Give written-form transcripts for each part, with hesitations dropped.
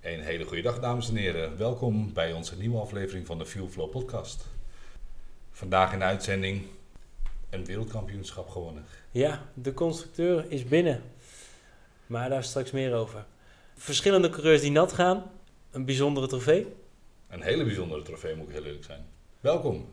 Een hele goede dag, dames en heren. Welkom bij onze nieuwe aflevering van de Fuel Flow podcast. Vandaag in de uitzending een wereldkampioenschap gewonnen. Ja, de constructeur is binnen. Maar daar straks meer over. Verschillende coureurs die nat gaan. Een bijzondere trofee. Een hele bijzondere trofee, moet ik heel eerlijk zijn. Welkom.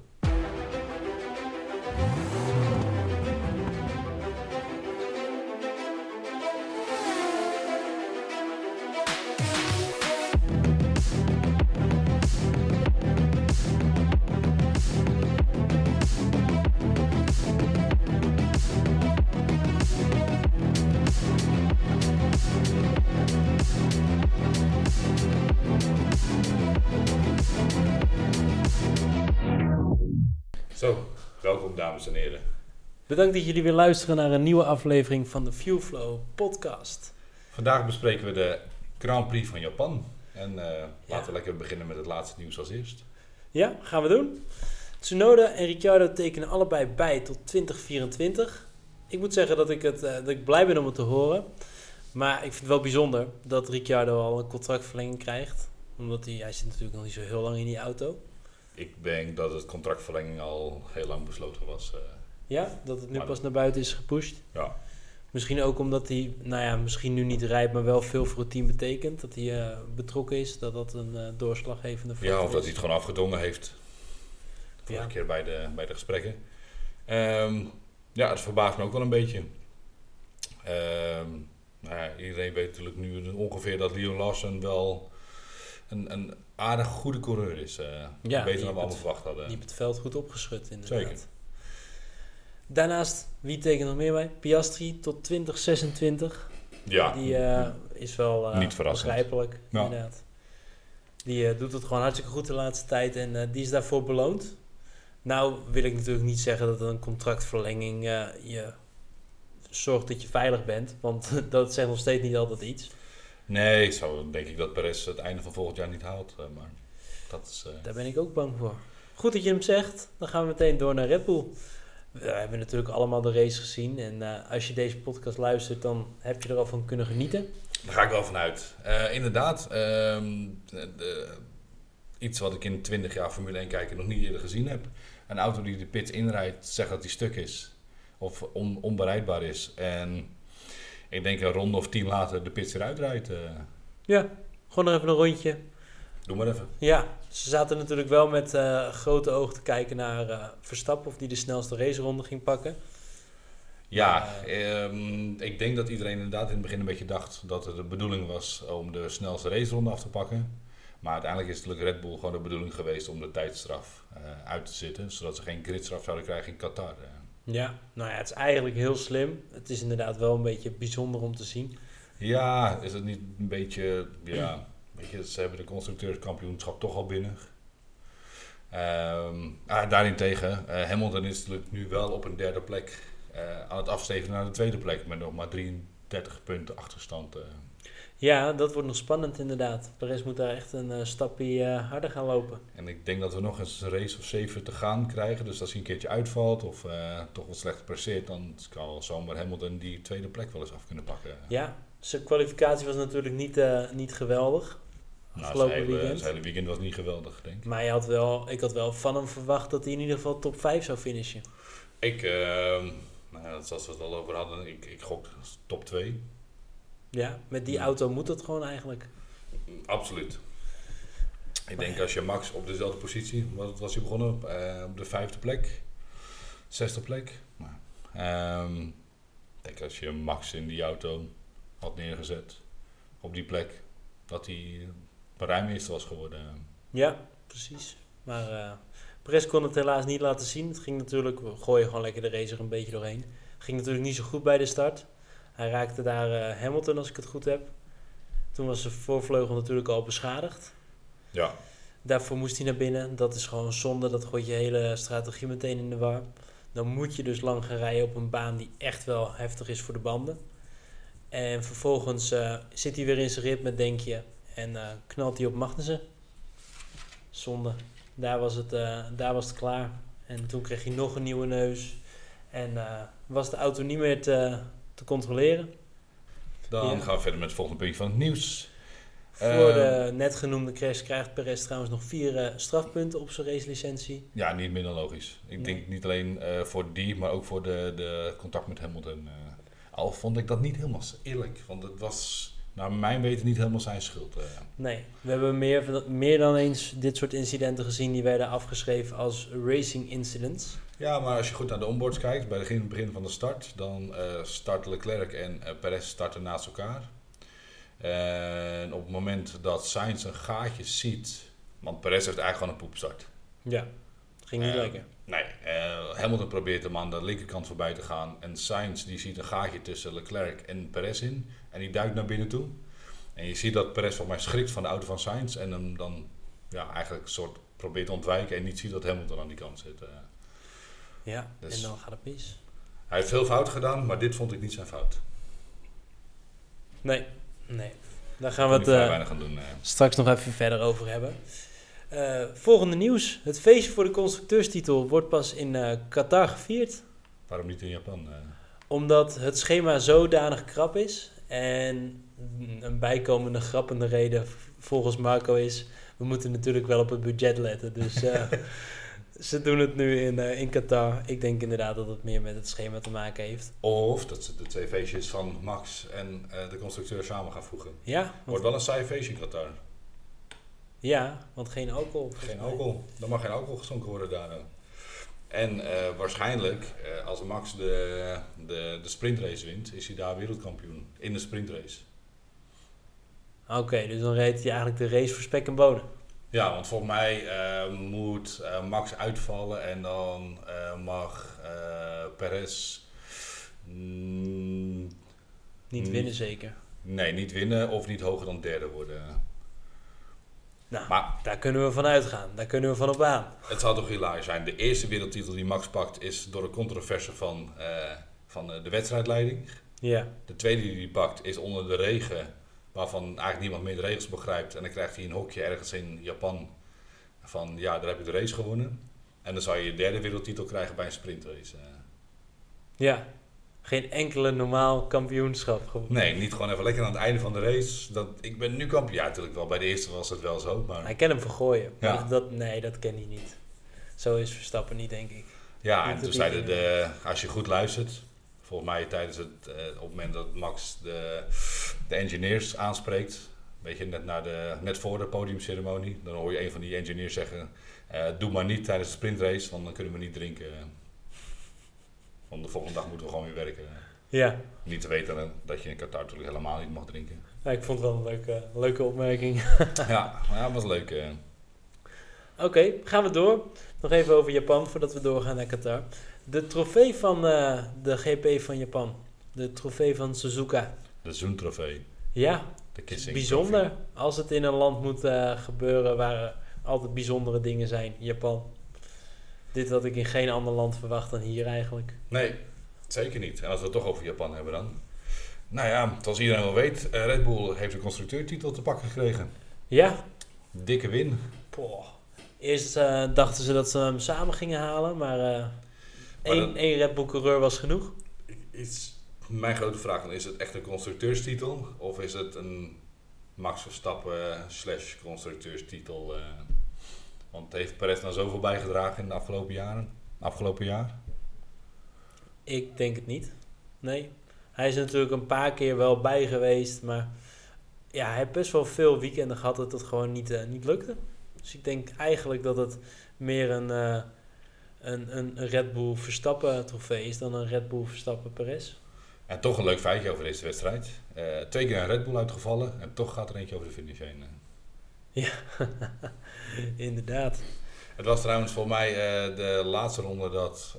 Zo, welkom dames en heren. Bedankt dat jullie weer luisteren naar een nieuwe aflevering van de Fuel Flow podcast. Vandaag bespreken we de Grand Prix van Japan. En laten we lekker beginnen met het laatste nieuws als eerst. Ja, gaan we doen. Tsunoda en Ricciardo tekenen allebei bij tot 2024. Ik moet zeggen dat ik blij ben om het te horen. Maar ik vind het wel bijzonder dat Ricciardo al een contractverlenging krijgt. Omdat hij zit natuurlijk nog niet zo heel lang in die auto. Ik denk dat het contractverlenging al heel lang besloten was. Ja, dat het nu pas naar buiten is gepusht. Ja. Misschien ook omdat hij, misschien nu niet rijdt, maar wel veel voor het team betekent. Dat hij betrokken is, dat een doorslaggevende factor is. Ja, of dat hij het gewoon afgedwongen heeft. Vorige keer bij de gesprekken. Het verbaast me ook wel een beetje. Iedereen weet natuurlijk nu ongeveer dat Liam Lawson wel een aardig goede coureur is. Beter dan we allemaal verwacht hadden. Die heeft het veld goed opgeschud inderdaad. Zeker. Daarnaast, wie tekent nog meer bij? Piastri tot 2026. Ja. Die is wel niet verrassend. begrijpelijk, Ja. inderdaad. Die doet het gewoon hartstikke goed de laatste tijd en die is daarvoor beloond. Nou wil ik natuurlijk niet zeggen dat een contractverlenging je zorgt dat je veilig bent. Want dat zegt nog steeds niet altijd iets. Nee, zo denk ik dat Perez het einde van volgend jaar niet haalt. Maar dat is, Daar ben ik ook bang voor. Goed dat je hem zegt. Dan gaan we meteen door naar Red Bull. We hebben natuurlijk allemaal de race gezien. En als je deze podcast luistert, dan heb je er al van kunnen genieten. Daar ga ik wel vanuit. Inderdaad, iets wat ik in 20 jaar Formule 1 kijken nog niet eerder gezien heb. Een auto die de pits inrijdt, zegt dat die stuk is. Of onbereidbaar is. En ik denk een ronde of 10 later de pits eruit rijdt. Ja, gewoon nog even een rondje. Doe maar even. Ja, ze zaten natuurlijk wel met grote ogen te kijken naar Verstappen. Of die de snelste raceronde ging pakken. Ja, ik denk dat iedereen inderdaad in het begin een beetje dacht dat het de bedoeling was om de snelste raceronde af te pakken. Maar uiteindelijk is het natuurlijk Red Bull gewoon de bedoeling geweest om de tijdstraf uit te zitten. Zodat ze geen gridstraf zouden krijgen in Qatar. Ja, het is eigenlijk heel slim. Het is inderdaad wel een beetje bijzonder om te zien. Ja, is het niet een beetje... Ja, weet je, ze hebben de constructeurskampioenschap toch al binnen. Daarentegen, Hamilton is natuurlijk nu wel op een derde plek aan het afstevenen naar de tweede plek. Met nog maar 33 punten achterstand. Ja, dat wordt nog spannend inderdaad. Perez moet daar echt een stapje harder gaan lopen. En ik denk dat we nog eens een race of 7 te gaan krijgen. Dus als hij een keertje uitvalt of toch wat slecht presteert, dan kan zomaar Hamilton die tweede plek wel eens af kunnen pakken. Ja, zijn kwalificatie was natuurlijk niet geweldig. Zijn hele weekend was niet geweldig, denk ik. Maar ik had wel van hem verwacht dat hij in ieder geval top 5 zou finishen. Zoals we het al over hadden, ik gok top 2. Ja, met die auto moet het gewoon eigenlijk. Absoluut. Ik denk als je Max op dezelfde positie, wat was hij begonnen? Op de 5e plek, 6e plek. Ik denk als je Max in die auto had neergezet op die plek, dat hij ruim eerste was geworden. Ja, precies. Maar Perez kon het helaas niet laten zien. Het ging natuurlijk, we gooien gewoon lekker de racer een beetje doorheen. Het ging natuurlijk niet zo goed bij de start. Hij raakte daar Hamilton, als ik het goed heb. Toen was zijn voorvleugel natuurlijk al beschadigd. Ja. Daarvoor moest hij naar binnen. Dat is gewoon zonde. Dat gooit je hele strategie meteen in de war. Dan moet je dus lang gaan rijden op een baan die echt wel heftig is voor de banden. En vervolgens zit hij weer in zijn ritme, denk je. En knalt hij op Magnussen. Zonde. Daar was het klaar. En toen kreeg hij nog een nieuwe neus. En was de auto niet meer te controleren. Dan gaan we verder met het volgende puntje van het nieuws. Voor de net genoemde crash krijgt Perez trouwens nog 4 strafpunten op zijn racelicentie. Ja, niet minder logisch. Ik denk niet alleen voor die, maar ook voor de contact met Hamilton. Al vond ik dat niet helemaal eerlijk, want het was naar mijn weten niet helemaal zijn schuld. Nee, we hebben meer dan eens dit soort incidenten gezien die werden afgeschreven als racing incidents. Ja, maar als je goed naar de onboards kijkt, bij het begin van de start, dan starten Leclerc en Perez starten naast elkaar. En op het moment dat Sainz een gaatje ziet, want Perez heeft eigenlijk gewoon een poepstart. Ja, het ging niet lekker. Nee, Hamilton probeert hem aan de linkerkant voorbij te gaan. En Sainz die ziet een gaatje tussen Leclerc en Perez in. En die duikt naar binnen toe. En je ziet dat Perez volgens mij schrikt van de auto van Sainz. En hem dan eigenlijk een soort probeert te ontwijken. En niet ziet dat Hamilton aan die kant zit. Ja, dus en dan gaat het mis. Hij heeft veel fouten gedaan, maar dit vond ik niet zijn fout. Nee. Daar gaan we het weinig aan doen. straks nog even verder over hebben. Volgende nieuws. Het feestje voor de constructeurstitel wordt pas in Qatar gevierd. Waarom niet in Japan? Omdat het schema zodanig krap is. En een bijkomende grappende reden volgens Marco is... we moeten natuurlijk wel op het budget letten. Dus ze doen het nu in Qatar. Ik denk inderdaad dat het meer met het schema te maken heeft. Of dat ze de 2 feestjes van Max en de constructeur samen gaan voegen. Ja. Wordt wel een saai feestje in Qatar. Ja, want geen alcohol. Geen alcohol. Er mag geen alcohol geschonken worden daar. En waarschijnlijk, als Max de sprintrace wint, is hij daar wereldkampioen in de sprintrace. Oké, dus dan reed hij eigenlijk de race voor spek en bonen. Ja, want volgens mij moet Max uitvallen en dan mag Perez... Niet winnen zeker. Nee, niet winnen of niet hoger dan derde worden. Nou, maar daar kunnen we van uitgaan. Daar kunnen we van op aan. Het zou toch hilarisch zijn. De eerste wereldtitel die Max pakt is door de controverse van de wedstrijdleiding. Ja. De tweede die hij pakt is onder de regen, waarvan eigenlijk niemand meer de regels begrijpt. En dan krijgt hij een hokje ergens in Japan van ja, daar heb je de race gewonnen. En dan zou je je derde wereldtitel krijgen bij een sprintrace. Ja. Geen enkele normaal kampioenschap gewonnen. Nee, niet gewoon even lekker aan het einde van de race. Ik ben nu kampioen. Ja, natuurlijk wel. Bij de eerste was het wel zo. Maar... Hij kan hem vergooien. Ja. Dat ken hij niet. Zo is Verstappen niet, denk ik. Ja, en toen zeiden als je goed luistert, volgens mij tijdens op het moment dat Max de engineers aanspreekt, weet je, net voor de podiumceremonie, dan hoor je een van die engineers zeggen, doe maar niet tijdens de sprintrace, want dan kunnen we niet drinken. Want de volgende dag moeten we gewoon weer werken. Ja. Niet te weten dat je in Qatar natuurlijk helemaal niet mag drinken. Ja, ik vond het wel een leuke opmerking. Ja, was leuk. Oké, gaan we door. Nog even over Japan voordat we doorgaan naar Qatar. De trofee van de GP van Japan. De trofee van Suzuka. De Zoen-trofee. Ja, de kissing bijzonder. trofee. Als het in een land moet gebeuren waar er altijd bijzondere dingen zijn. Japan. Dit had ik in geen ander land verwacht dan hier eigenlijk. Nee, zeker niet. En als we het toch over Japan hebben dan. Nou ja, zoals iedereen wel weet, Red Bull heeft de constructeurtitel te pakken gekregen. Ja. Dikke win. Poh. Eerst dachten ze dat ze hem samen gingen halen, maar één Red Bull coureur was genoeg. Mijn grote vraag dan, is het echt een constructeurstitel? Of is het een Max Verstappen / constructeurstitel? Want heeft Perez nou zoveel bijgedragen in de afgelopen jaar? Ik denk het niet. Nee. Hij is natuurlijk een paar keer wel bij geweest, maar ja, hij heeft best wel veel weekenden gehad dat het gewoon niet lukte. Dus ik denk eigenlijk dat het meer een Red Bull Verstappen trofee is dan een Red Bull Verstappen Perez. En toch een leuk feitje over deze wedstrijd. 2 keer een Red Bull uitgevallen en toch gaat er eentje over de finish heen. Ja, inderdaad. Het was trouwens voor mij de laatste ronde dat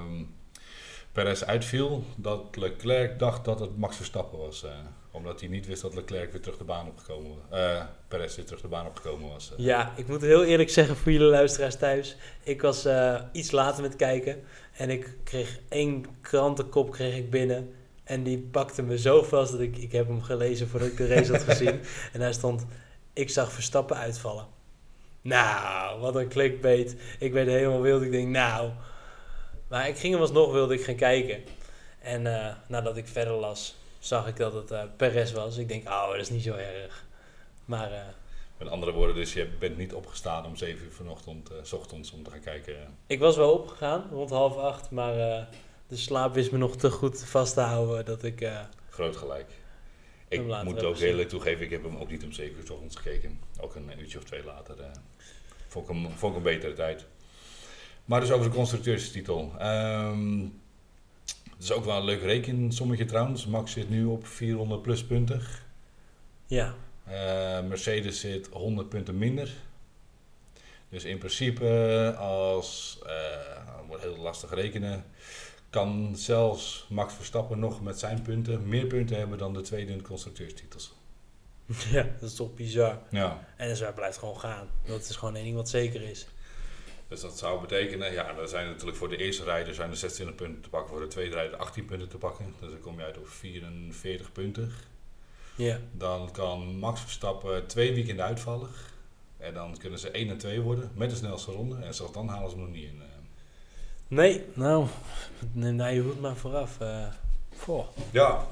Perez uitviel, dat Leclerc dacht dat het Max Verstappen was. Omdat hij niet wist dat Leclerc weer terug de baan opgekomen was. Perez weer terug de baan opgekomen was. Ja, ik moet heel eerlijk zeggen voor jullie luisteraars thuis. Ik was iets later met kijken en ik kreeg 1 krantenkop binnen. En die pakte me zo vast dat ik heb hem gelezen voordat ik de race had gezien. En daar stond, ik zag Verstappen uitvallen. Nou, wat een clickbait. Ik werd helemaal wild. Ik denk, nou. Maar ik ging hem alsnog, wilde ik gaan kijken. En nadat ik verder las, zag ik dat het Perez was. Ik denk, oh, dat is niet zo erg. Maar Met andere woorden, dus je bent niet opgestaan om 7 uur vanochtend, 's ochtends, om te gaan kijken. Ik was wel opgegaan, rond 7:30, maar de slaap wist me nog te goed vast te houden dat ik... Groot gelijk. Hem Ik later moet hebben ook gezien. eerlijk toegeven, ik heb hem ook niet om 7 uur 's ochtends gekeken. Ook een uurtje of 2 later. Vond ik een betere tijd. Maar dus over de constructeurstitel. Het is ook wel een leuk rekensommetje trouwens. Max zit nu op 400 plus punten. Ja, Mercedes zit 100 punten minder. Dus in principe, wordt heel lastig rekenen, kan zelfs Max Verstappen nog met zijn punten meer punten hebben dan de tweede in de constructeurstitels. ja, dat is toch bizar. Ja. En dus hij blijft gewoon gaan. Dat is gewoon één ding wat zeker is. Dus dat zou betekenen, ja, er zijn natuurlijk voor de eerste rijder zijn er 26 punten te pakken, voor de tweede rijder 18 punten te pakken. Dus dan kom je uit op 44 punten. Ja, Dan kan Max Verstappen 2 weekenden uitvallen. En dan kunnen ze 1 en 2 worden met de snelste ronde. En zelfs dan halen ze hem nog niet in. nee, nou, neem daar je hoed maar vooraf. Ja.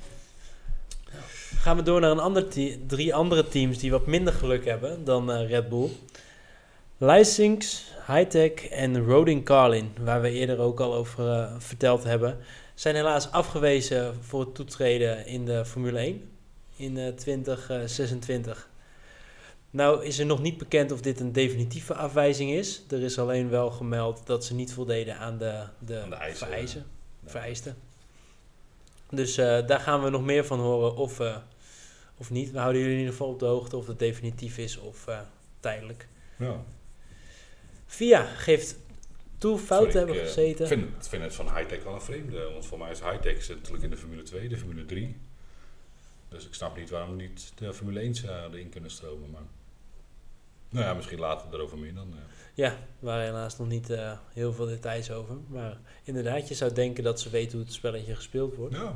Gaan we door naar een ander 3 andere teams die wat minder geluk hebben dan Red Bull. Licynx, Hightech en Rodin Carlin, waar we eerder ook al over verteld hebben, zijn helaas afgewezen voor het toetreden in de Formule 1 in 2026. Nou is er nog niet bekend of dit een definitieve afwijzing is. Er is alleen wel gemeld dat ze niet voldeden aan de vereisten. Dus daar gaan we nog meer van horen of niet. We houden jullie in ieder geval op de hoogte of het definitief is of tijdelijk. Ja. FIA geeft toe fout te hebben gezeten. Ik vind het van Hightech wel een vreemde. Want voor mij is Hightech zit natuurlijk in de Formule 2, de Formule 3. Dus ik snap niet waarom niet de Formule 1 erin kunnen stromen. Maar nou ja, misschien later erover meer dan. Ja, er waren helaas nog niet heel veel details over. Maar inderdaad, je zou denken dat ze weten hoe het spelletje gespeeld wordt. Ja.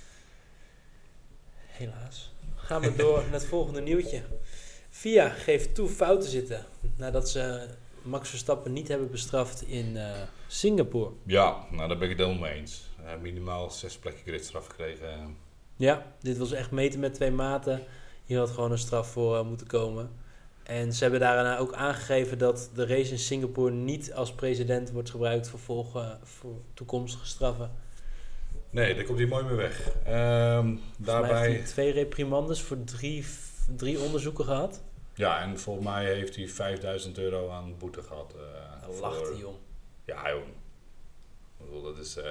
Helaas. Gaan we door naar het volgende nieuwtje. FIA geeft toe fout te zitten nadat ze Max Verstappen niet hebben bestraft in Singapore. Ja, nou daar ben ik het helemaal mee eens. Minimaal 6 plekken gridstraf gekregen. Ja, dit was echt meten met 2 maten. Hier had gewoon een straf voor moeten komen. En ze hebben daarna ook aangegeven dat de race in Singapore niet als precedent wordt gebruikt voor toekomstige straffen. Nee, daar komt hij mooi mee weg. Daarbij heeft hij 2 reprimandes voor 3 onderzoeken gehad. Ja, en volgens mij heeft hij €5.000 aan boete gehad. Daar lacht hij om. Ja, joh. Ik bedoel,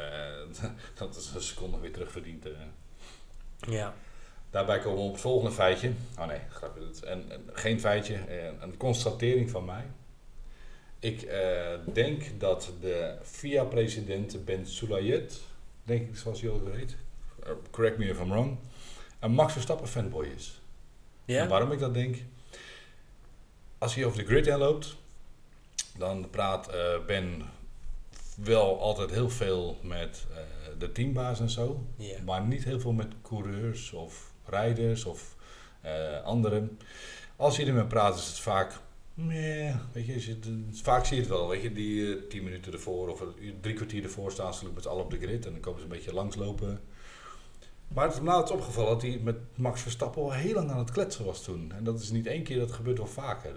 dat is een seconde weer terugverdiend. Ja. Daarbij komen we op het volgende feitje. Oh nee, grapje. Geen feitje, een constatering van mij. Ik denk dat de FIA-president Ben Sulayed, denk ik zoals hij ook heet, correct me if I'm wrong, een Max Verstappen fanboy is. Ja? En waarom ik dat denk? Als hij over de grid heen loopt, dan praat Ben wel altijd heel veel met de teambaas en zo. Yeah. Maar niet heel veel met coureurs of rijders of anderen. Als je ermee praat is het vaak... weet je, vaak zie je het wel. Weet je, die 10 minuten ervoor of 3 kwartier ervoor staan ze met z'n allen op de grid. En dan komen ze een beetje langslopen. Maar het is me laatst opgevallen dat hij met Max Verstappen al heel lang aan het kletsen was toen. En dat is niet één keer, dat gebeurt wel vaker.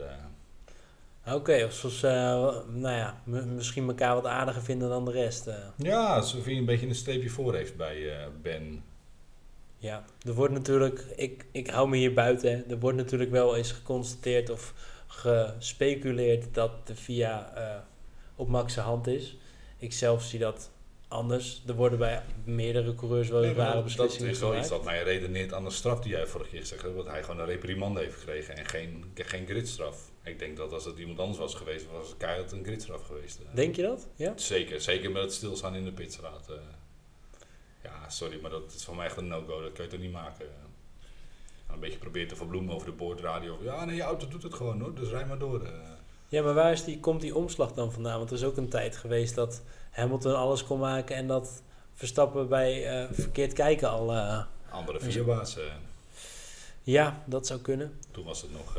Oké, alsof ze misschien elkaar wat aardiger vinden dan de rest. Ja, alsof hij een beetje een streepje voor heeft bij Ben. Ja, er wordt natuurlijk, ik hou me hier buiten, hè. Er wordt natuurlijk wel eens geconstateerd of gespeculeerd dat de FIA op Max' hand is. Ik zelf zie dat anders. Er worden bij meerdere coureurs wel eens rare beslissingen dat is wel iets gemaakt. dat mij redeneert aan de straf die jij vorige keer gezegd hebt. Dat hij gewoon een reprimande heeft gekregen en geen gridstraf. Ik denk dat als het iemand anders was geweest, was het keihard een gridstraf geweest. Denk je dat? Ja? Zeker met het stilstaan in de pitstraat. Ja, sorry, maar dat is voor mij echt een no-go. Dat kun je toch niet maken. Een beetje probeert te verbloemen over de boordradio. Ja, nee, je auto doet het gewoon hoor, dus rij maar door. Ja, maar waar komt die omslag dan vandaan? Want er is ook een tijd geweest dat Hamilton alles kon maken en dat Verstappen bij verkeerd kijken al... Andere vierbaas. Ja, dat zou kunnen. Toen was het nog...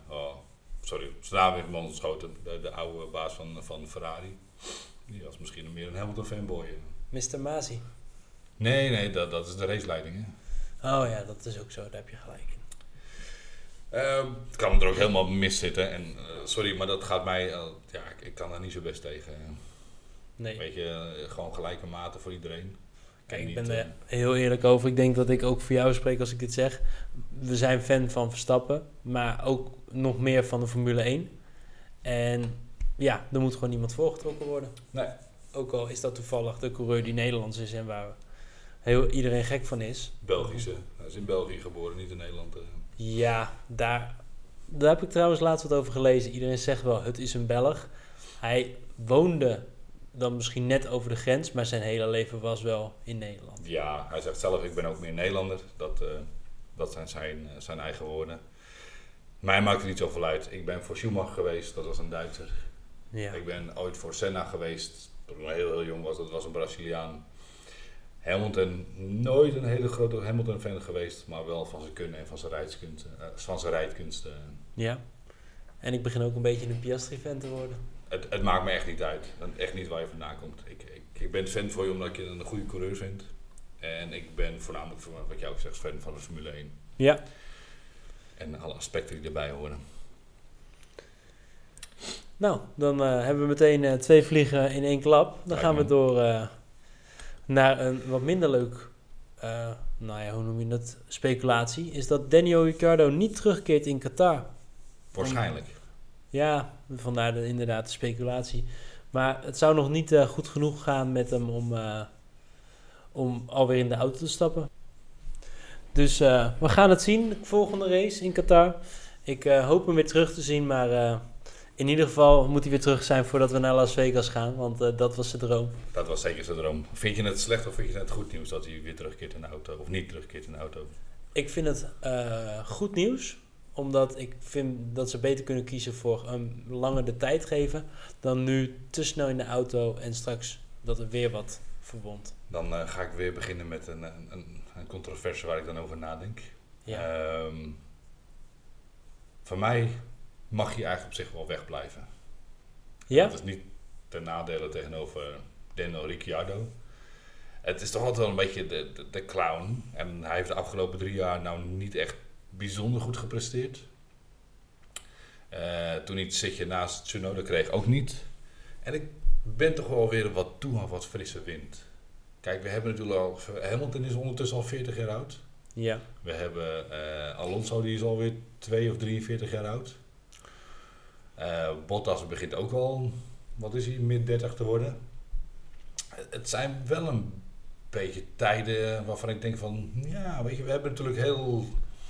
zijn naam heeft me ontschoten. De oude baas van Ferrari. Die was misschien meer een Hamilton fanboy. Mr. Masi. Nee, dat is de raceleiding. Hè? Oh ja, dat is ook zo. Daar heb je gelijk in. Het kan er ook helemaal mis zitten. En sorry, maar dat gaat mij... ik kan daar niet zo best tegen. Nee. Weet je, gewoon gelijke mate voor iedereen. Kijk, En ik niet, ben er heel eerlijk over. Ik denk dat ik ook voor jou spreek als ik dit zeg. We zijn fan van Verstappen, maar ook nog meer van de Formule 1. En ja, er moet gewoon niemand voorgetrokken worden. Nee. Ook al is dat toevallig de coureur die Nederlands is en waar iedereen gek van is. Belgische. Hij is in België geboren, niet in Nederland. Ja, daar heb ik trouwens laatst wat over gelezen. Iedereen zegt wel, het is een Belg. Hij woonde dan misschien net over de grens, maar zijn hele leven was wel in Nederland. Ja, hij zegt zelf, ik ben ook meer Nederlander. Dat zijn zijn eigen woorden. Mij maakt er niet zoveel uit. Ik ben voor Schumacher geweest, dat was een Duitser. Ja. Ik ben ooit voor Senna geweest, toen ik heel jong was, dat was een Braziliaan. Hamilton, nooit een hele grote Hamilton-fan geweest, maar wel van zijn kunnen en van zijn rijdkunsten. Ja, en ik begin ook een beetje een Piastri-fan te worden. Het maakt me echt niet uit. Echt niet waar je vandaan komt. Ik ben fan voor je omdat je een goede coureur vindt. En ik ben voornamelijk, wat jij ook zegt, fan van de Formule 1. Ja. En alle aspecten die erbij horen. Nou, dan hebben we meteen 2 vliegen in 1 klap. Dan gaan we door naar een wat minder leuk, hoe noem je dat, speculatie. Is dat Daniel Ricciardo niet terugkeert in Qatar. Waarschijnlijk. Ja, vandaar inderdaad de speculatie. Maar het zou nog niet goed genoeg gaan met hem om alweer in de auto te stappen. Dus we gaan het zien, de volgende race in Qatar. Ik hoop hem weer terug te zien, maar in ieder geval moet hij weer terug zijn voordat we naar Las Vegas gaan. Want dat was zijn droom. Dat was zeker zijn droom. Vind je het slecht of vind je het goed nieuws dat hij weer terugkeert in de auto? Of niet terugkeert in de auto? Ik vind het goed nieuws. Omdat ik vind dat ze beter kunnen kiezen voor een langer de tijd geven. Dan nu te snel in de auto en straks dat er weer wat verwondt. Dan ga ik weer beginnen met een controverse waar ik dan over nadenk. Ja. Voor mij mag je eigenlijk op zich wel wegblijven. Ja? Dat is niet ten nadele tegenover Daniel Ricciardo. Het is toch altijd wel een beetje de clown. En hij heeft de afgelopen 3 jaar nou niet echt bijzonder goed gepresteerd. Toen hij het zitje naast Tsunoda kreeg, ook niet. En ik ben toch wel weer wat toe aan wat frisse wind. Kijk, we hebben natuurlijk al... Hamilton is ondertussen al 40 jaar oud. Ja. We hebben Alonso, die is alweer 2 of 43 jaar oud. Bottas begint ook al, wat is hij, mid-30 te worden. Het zijn wel een beetje tijden waarvan ik denk van... Ja, weet je, we hebben natuurlijk heel...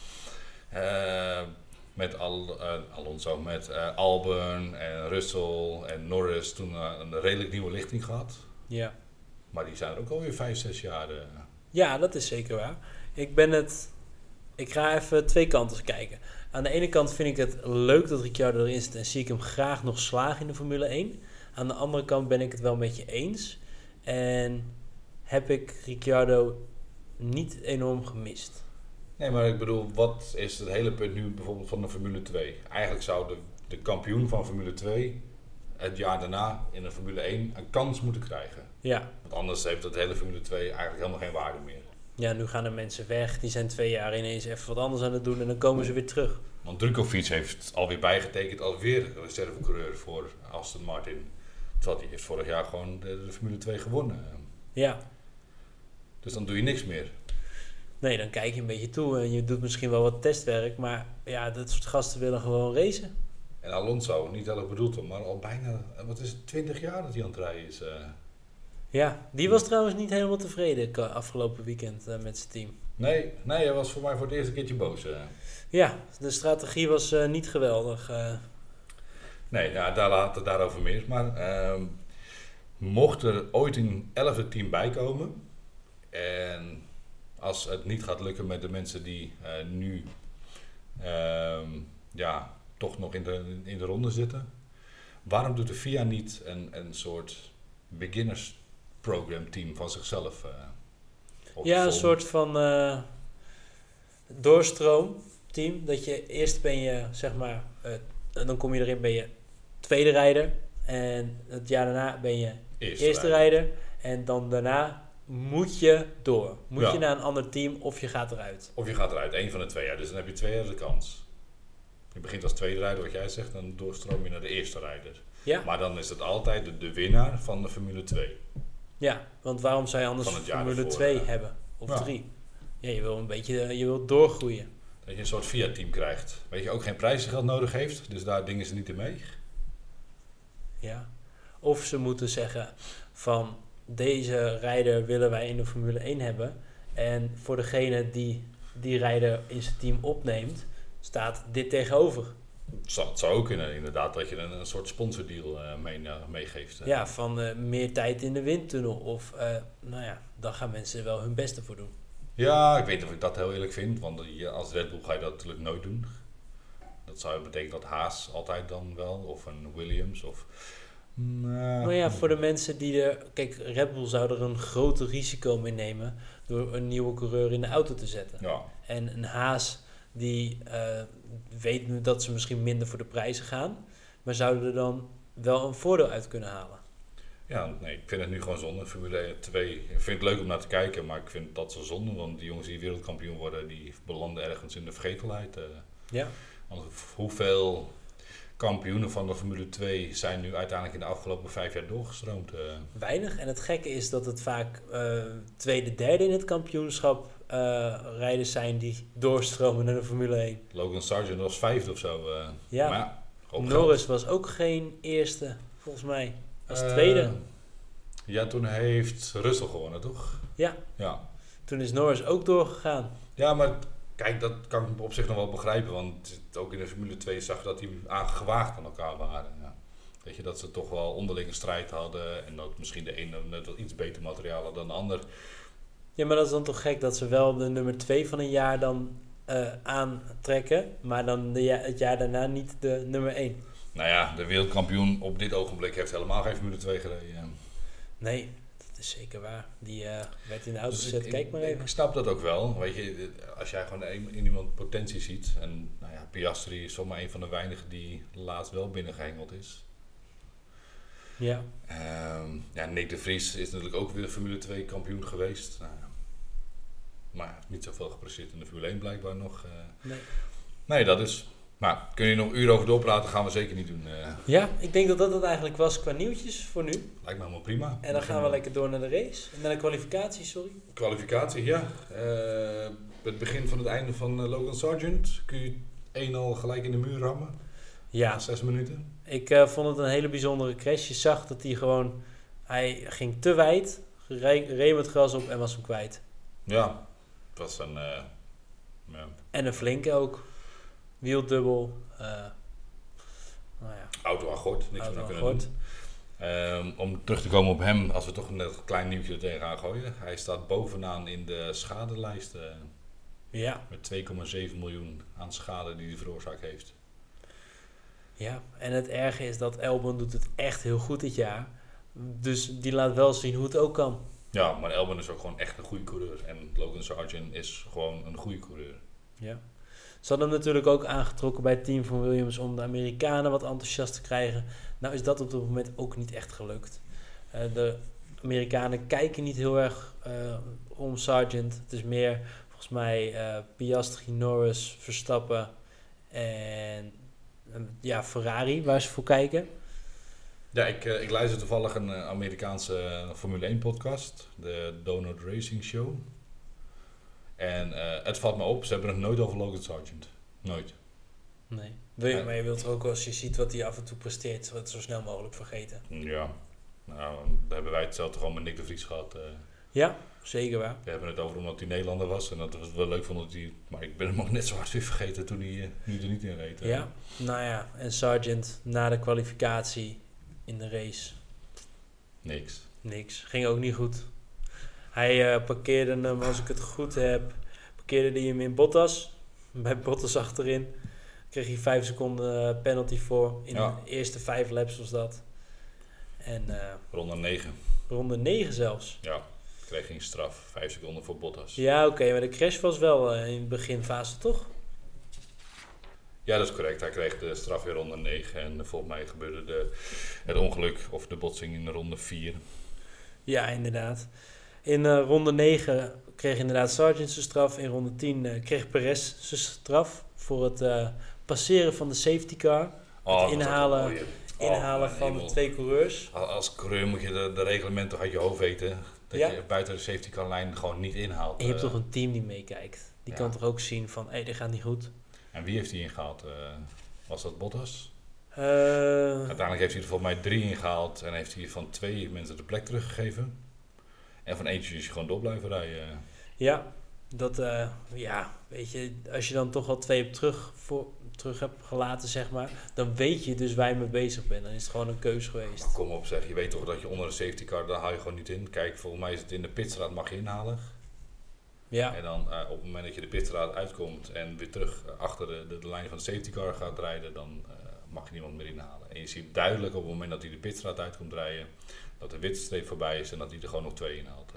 met Alonso, met Albon en Russell en Norris toen een redelijk nieuwe lichting gehad. Ja. Maar die zijn er ook alweer 5-6 jaar. Ja, dat is zeker waar. Ik ga even 2 kanten kijken. Aan de ene kant vind ik het leuk dat Ricciardo erin zit en zie ik hem graag nog slagen in de Formule 1. Aan de andere kant ben ik het wel met je eens. En heb ik Ricciardo niet enorm gemist. Nee, maar ik bedoel, wat is het hele punt nu bijvoorbeeld van de Formule 2? Eigenlijk zou de kampioen van Formule 2 het jaar daarna in de Formule 1 een kans moeten krijgen. Ja. Want anders heeft het hele Formule 2 eigenlijk helemaal geen waarde meer. Ja, nu gaan er mensen weg. Die zijn 2 jaar ineens even wat anders aan het doen en dan komen ze weer terug. Want Drukovic heeft alweer bijgetekend als weer reservecoureur voor Aston Martin. Terwijl die heeft vorig jaar gewoon de Formule 2 gewonnen. Ja. Dus dan doe je niks meer. Nee, dan kijk je een beetje toe en je doet misschien wel wat testwerk. Maar ja, dat soort gasten willen gewoon racen. En Alonso, niet heel erg bedoeld, maar al bijna, wat is het, 20 jaar dat hij aan het rijden is. Ja, die was trouwens niet helemaal tevreden afgelopen weekend met zijn team. Nee, hij was voor mij voor het eerste keertje boos. Ja, de strategie was niet geweldig. Nee, ja, daarover meer. Maar mocht er ooit een 11e team bijkomen en als het niet gaat lukken met de mensen die nu toch nog in de ronde zitten, waarom doet de FIA niet een soort beginners program team van zichzelf? Ja, een soort van doorstroomteam. Dat je eerst ben je, zeg maar, dan kom je erin, ben je tweede rijder. En het jaar daarna ben je eerste rijder. En dan daarna moet je door. Moet je naar een ander team of je gaat eruit. Of je gaat eruit, 1 van de 2 jaar. Dus dan heb je 2 jaar de kans. Je begint als tweede rijder, wat jij zegt, dan doorstroom je naar de eerste rijder. Ja. Maar dan is het altijd de winnaar van de Formule 2. Ja, want waarom zou je anders Van het jaar Formule ervoor, 2 hebben? Of 3? Ja, je wil een beetje, je wil doorgroeien. Dat je een soort Fiat-team krijgt. Weet je, ook geen prijzengeld nodig heeft. Dus daar dingen ze niet in mee. Ja. Of ze moeten zeggen van deze rijder willen wij in de Formule 1 hebben. En voor degene die rijder in zijn team opneemt, staat dit tegenover. Het zou ook kunnen, inderdaad, dat je een soort sponsordeal meegeeft. Ja, van meer tijd in de windtunnel. Of, dan gaan mensen wel hun beste voor doen. Ja, ik weet niet of ik dat heel eerlijk vind. Want als Red Bull ga je dat natuurlijk nooit doen. Dat zou betekenen dat Haas altijd dan wel. Of een Williams. Nou ja, voor de mensen die Kijk, Red Bull zou er een groter risico mee nemen door een nieuwe coureur in de auto te zetten. Ja. En een Haas die weet nu dat ze misschien minder voor de prijzen gaan. Maar zouden er dan wel een voordeel uit kunnen halen? Ja, nee, ik vind het nu gewoon zonde. Formule 2, ik vind het leuk om naar te kijken, maar ik vind dat zo zonde. Want die jongens die wereldkampioen worden, die belanden ergens in de vergetelheid. Ja. Want hoeveel kampioenen van de Formule 2 zijn nu uiteindelijk in de afgelopen 5 jaar doorgestroomd? Weinig. En het gekke is dat het vaak tweede, derde in het kampioenschap rijders zijn die doorstromen naar de Formule 1. Logan Sargent was 5e of zo. Ja. Maar ja, hoop Norris geld. was ook geen eerste, volgens mij. Als tweede. Ja, toen heeft Russell gewonnen, toch? Ja. Ja. Toen is Norris ook doorgegaan. Ja, maar kijk, dat kan ik op zich nog wel begrijpen. Want ook in de Formule 2 zag je dat die gewaagd aan elkaar waren. Ja. Weet je, dat ze toch wel onderling een strijd hadden. En dat misschien de ene net wat iets beter materiaal had dan de ander. Ja, maar dat is dan toch gek dat ze wel de nummer 2 van een jaar dan aantrekken. Maar dan het jaar daarna niet de nummer 1. Nou ja, de wereldkampioen op dit ogenblik heeft helemaal geen Formule 2 gereden. Nee, dat is zeker waar. Die werd in de auto Dus gezet. Kijk maar even. Ik snap dat ook wel. Weet je, als jij gewoon in iemand potentie ziet. En nou ja, Piastri is zomaar een van de weinigen die laatst wel binnengehengeld is. Ja. Nick de Vries is natuurlijk ook weer Formule 2 kampioen geweest. Nou, maar hij heeft niet zoveel gepresteerd in de Formule 1 blijkbaar nog. Nee, dat is... Maar kun je nog uren over doorpraten, gaan we zeker niet doen. Ja, ik denk dat het eigenlijk was qua nieuwtjes voor nu. Lijkt me helemaal prima. En dan gaan we lekker door naar de race. Naar de kwalificatie, sorry. Kwalificatie, ja. Het begin van het einde van Logan Sargent. Q1 al gelijk in de muur rammen. Ja. Na 6 minuten. Ik vond het een hele bijzondere crash. Je zag dat hij ging te wijd, reed het gras op en was hem kwijt. Ja, het was een... En een flinke ook. Wieldubbel. Auto aan gort, niks Auto meer aan aan kunnen gort. doen. Om terug te komen op hem, als we toch een klein nieuwtje er tegenaan gooien. Hij staat bovenaan in de schadelijst. Ja. Met 2,7 miljoen aan schade die hij veroorzaakt heeft. Ja, en het erge is dat Albon doet het echt heel goed dit jaar. Dus die laat wel zien hoe het ook kan. Ja, maar Albon is ook gewoon echt een goede coureur. En Logan Sargent is gewoon een goede coureur. Ja. Ze hadden hem natuurlijk ook aangetrokken bij het team van Williams om de Amerikanen wat enthousiast te krijgen. Nou is dat op dit moment ook niet echt gelukt. De Amerikanen kijken niet heel erg om Sargent. Het is meer volgens mij Piastri, Norris, Verstappen en Ferrari waar ze voor kijken. Ja, ik luister toevallig een Amerikaanse Formule 1 podcast. De Donut Racing Show. En het valt me op, ze hebben het nooit over Logan Sargent. Nooit. Nee. Maar je wilt ook als je ziet wat hij af en toe presteert, het zo snel mogelijk vergeten. Ja. Nou, daar hebben wij hetzelfde gewoon met Nick de Vries gehad. Ja, zeker waar. We hebben het over omdat hij Nederlander was. En dat we het wel leuk vonden dat hij... Maar ik ben hem ook net zo hard weer vergeten toen hij nu er niet in reed. Ja, nou ja. En Sargent na de kwalificatie in de race. Niks. Ging ook niet goed. Hij parkeerde hem, als ik het goed heb, parkeerde hij hem in Bottas. Bij Bottas achterin. Kreeg hij 5 seconden penalty voor. In de eerste 5 laps was dat. En Ronde 9. Ronde 9 zelfs. Ja, kreeg geen straf. 5 seconden voor Bottas. Ja, oké, maar de crash was wel in de beginfase, toch? Ja, dat is correct. Hij kreeg de straf in ronde 9. En volgens mij gebeurde het ongeluk of de botsing in ronde 4. Ja, inderdaad. In ronde 9 kreeg inderdaad Sargent zijn straf. In ronde 10 kreeg Perez zijn straf voor het passeren van de safety car. Het inhalen van de 2 coureurs. Als coureur moet je de reglementen uit je hoofd weten. Dat je buiten de safety car lijn gewoon niet inhaalt. En je hebt toch een team die meekijkt. Die kan toch ook zien van, dit gaat niet goed. En wie heeft die ingehaald? Was dat Bottas? Uiteindelijk heeft hij er volgens mij 3 ingehaald. En heeft hij van 2 mensen de plek teruggegeven. En van eentje is hij gewoon door blijven rijden. Ja, dat, weet je, als je dan toch al 2 terug hebt gelaten, zeg maar, dan weet je dus waar je mee bezig bent. Dan is het gewoon een keus geweest. Maar kom op zeg, je weet toch dat je onder een safety car, daar haal je gewoon niet in. Kijk, volgens mij is het in de pitstraat mag je inhalen. Ja. En dan op het moment dat je de pitstraat uitkomt en weer terug achter de lijn van de safety car gaat rijden, dan mag je niemand meer inhalen. En je ziet duidelijk op het moment dat hij de pitstraat uitkomt rijden, dat de witte streep voorbij is en dat hij er gewoon nog 2 inhaalt.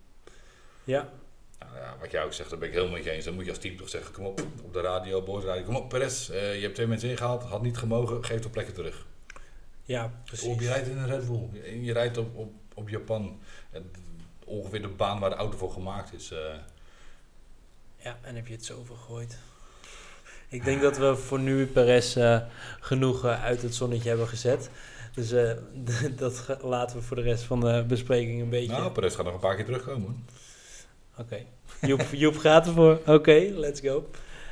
Ja. Nou ja, wat jij ook zegt, daar ben ik helemaal mee eens. Dan moet je als team toch zeggen, kom op de radio, boordradio, kom op Perez, je hebt 2 mensen ingehaald, had niet gemogen, geef de plekken terug. Ja, precies. Of je rijdt in een Red Bull, je rijdt op Japan, ongeveer de baan waar de auto voor gemaakt is. Ja, en heb je het zo vergooid. Ik denk dat we voor nu Perez genoeg uit het zonnetje hebben gezet. Dus dat laten we voor de rest van de bespreking een beetje... Nou, Perez gaat nog een paar keer terugkomen. Oké. Joep gaat ervoor. Oké, let's go.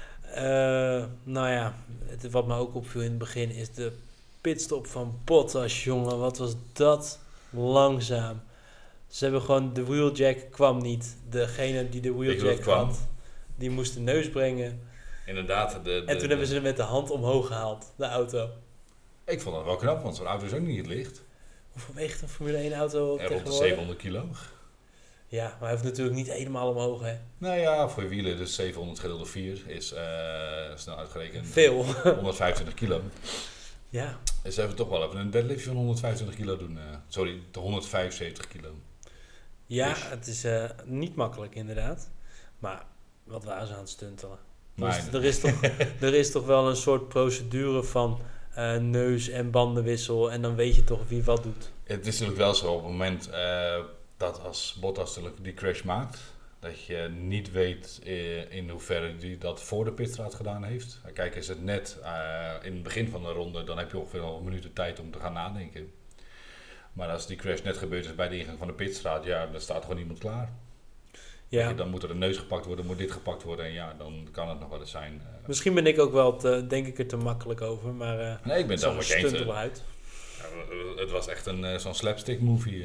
Nou ja, wat me ook opviel in het begin is de pitstop van Bottas, jongen. Wat was dat langzaam. Ze hebben gewoon, de wheeljack kwam niet. Degene die de wheeljack had, die moest de neus brengen. Inderdaad. En toen hebben ze hem met de hand omhoog gehaald, de auto. Ik vond dat wel knap, want zo'n auto is ook niet het licht. Hoeveel weegt een Formule 1 auto rond de 700 kilo. Ja, maar hij heeft natuurlijk niet helemaal omhoog, hè? Nou ja, voor je wielen, dus 700 gedeeld door 4 is snel uitgerekend. Veel. 125 kilo. Ja. Dus hebben we toch wel even een deadliftje van 125 kilo doen. Sorry, 175 kilo. Ja, dus. Het is niet makkelijk inderdaad. Maar wat waren ze aan het stuntelen? Dus er is toch wel een soort procedure van neus- en bandenwissel. En dan weet je toch wie wat doet. Het is natuurlijk wel zo op het moment dat als Bottas die crash maakt, dat je niet weet in hoeverre hij dat voor de pitstraat gedaan heeft. Kijk, is het net in het begin van de ronde, dan heb je ongeveer al een minuut de tijd om te gaan nadenken. Maar als die crash net gebeurd is bij de ingang van de pitstraat, ja, dan staat gewoon iemand klaar. Ja. Dan moet er een neus gepakt worden, moet dit gepakt worden en ja, dan kan het nog wel eens zijn. Misschien ben ik ook wel, denk ik er te makkelijk over, maar nee, ik ben het wel met je eens. Uit. Het was echt zo'n slapstick movie.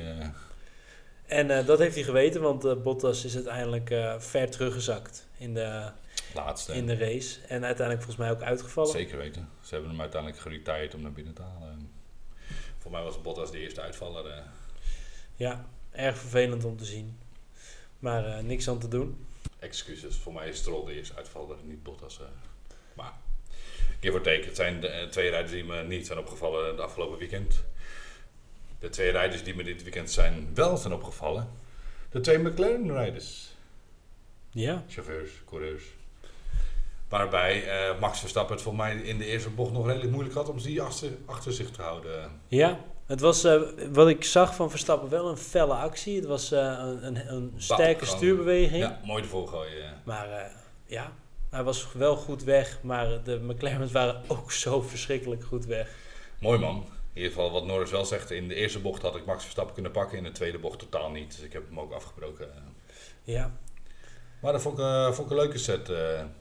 En dat heeft hij geweten, want Bottas is uiteindelijk ver teruggezakt in de race. En uiteindelijk volgens mij ook uitgevallen. Zeker weten. Ze hebben hem uiteindelijk geretired om naar binnen te halen. Voor mij was Bottas de eerste uitvaller. Ja, erg vervelend om te zien. Maar niks aan te doen. Excuses, voor mij is Stroll de eerste uitvaller, niet Bottas. Maar give or take, het zijn de 2 rijders die me niet zijn opgevallen het afgelopen weekend. De 2 rijders die me dit weekend wel zijn opgevallen. De 2 McLaren-rijders. Ja. Chauffeurs, coureurs. Waarbij Max Verstappen het voor mij in de eerste bocht nog redelijk moeilijk had om die achter zich te houden. Ja, het was wat ik zag van Verstappen wel een felle actie. Het was een sterke stuurbeweging. Ja, mooi ervoor gooien. Maar ja, hij was wel goed weg. Maar de McLaren's waren ook zo verschrikkelijk goed weg. Mooi man. In ieder geval wat Norris wel zegt, in de eerste bocht had ik Max Verstappen kunnen pakken, in de tweede bocht totaal niet. Dus ik heb hem ook afgebroken. Ja. Maar dat vond ik een leuke set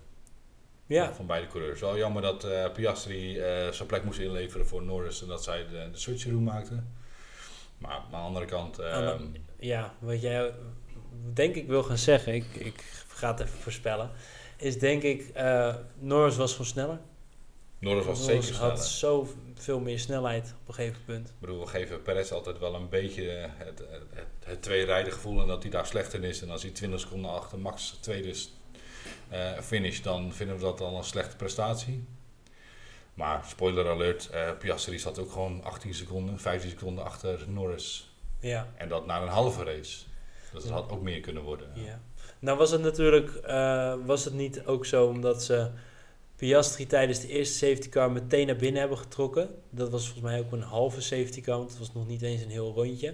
van beide coureurs. Wel jammer dat Piastri zijn plek moest inleveren voor Norris en dat zij de switcheroo maakten. Maar aan de andere kant... ja, wat jij denk ik wil gaan zeggen, ik ga het even voorspellen, is denk ik Norris was gewoon sneller. Norris zeker sneller. Had zoveel meer snelheid op een gegeven punt. Ik bedoel, we geven Perez altijd wel een beetje het tweerijden gevoel en dat hij daar slecht in is. En als hij 20 seconden achter Max tweede finish, dan vinden we dat al een slechte prestatie. Maar spoiler alert, Piastri zat ook gewoon 15 seconden achter Norris. Ja. En dat na een halve race. Dus dat had ook meer kunnen worden. Ja. Nou was het natuurlijk, was het niet ook zo omdat ze Piastri tijdens de eerste safety car meteen naar binnen hebben getrokken. Dat was volgens mij ook een halve safety car, want het was nog niet eens een heel rondje.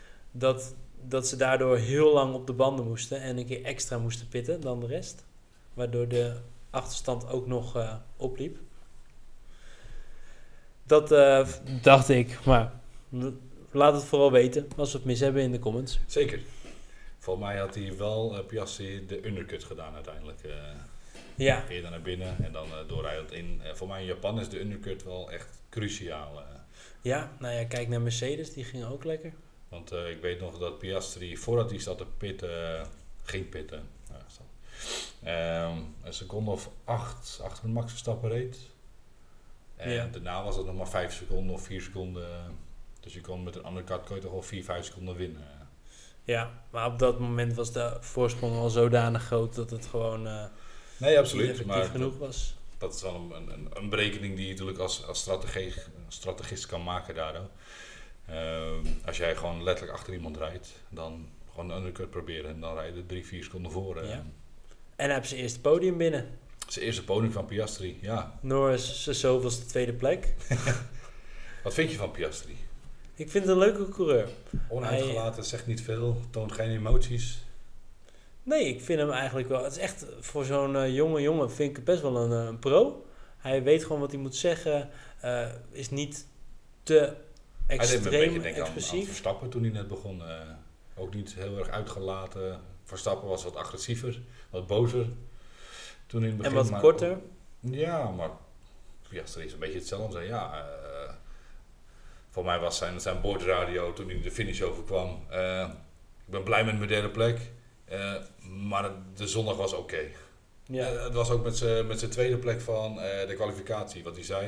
Dat ze daardoor heel lang op de banden moesten en een keer extra moesten pitten dan de rest. Waardoor de achterstand ook nog opliep. Dat dacht ik, maar laat het vooral weten als we het mis hebben in de comments. Zeker. Volgens mij had hij wel Piastri de undercut gedaan uiteindelijk. Ja. Eerder naar binnen en dan doorrijdend in. Voor mij in Japan is de undercut wel echt cruciaal. Ja, nou ja, kijk naar Mercedes, die ging ook lekker. Want ik weet nog dat Piastri, voordat hij zat te pitten, ging pitten. Een seconde of 8 achter Max Verstappen reed. En daarna was het nog maar 5 seconden of 4 seconden. Dus je kon met een undercut toch wel 4-5 seconden winnen. Ja, maar op dat moment was de voorsprong al zodanig groot dat het gewoon nee, absoluut, effectief maar genoeg was. Dat is wel een berekening die je natuurlijk als strategist kan maken daardoor. Als jij gewoon letterlijk achter iemand rijdt, dan gewoon een undercut proberen en dan rijden 3-4 seconden voor. Ja. En hij heeft zijn eerste podium binnen. Zijn eerste podium van Piastri, ja. Norris zijn zoveelste tweede plek. Wat vind je van Piastri? Ik vind het een leuke coureur. Onuitgelaten, zegt niet veel, toont geen emoties. Nee, ik vind hem eigenlijk wel. Het is echt voor zo'n jonge jongen vind ik het best wel een pro. Hij weet gewoon wat hij moet zeggen. Is niet te extreem expressief. Aan Verstappen toen hij net begon. Ook niet heel erg uitgelaten. Verstappen was wat agressiever, wat bozer. Toen in het begin, en wat korter. Ja, maar Piastri is een beetje hetzelfde. Ja, voor mij was zijn boordradio toen hij de finish overkwam. Ik ben blij met mijn derde plek. Maar de zondag was oké. Ja. Het was ook met zijn tweede plek van de kwalificatie, wat hij zei.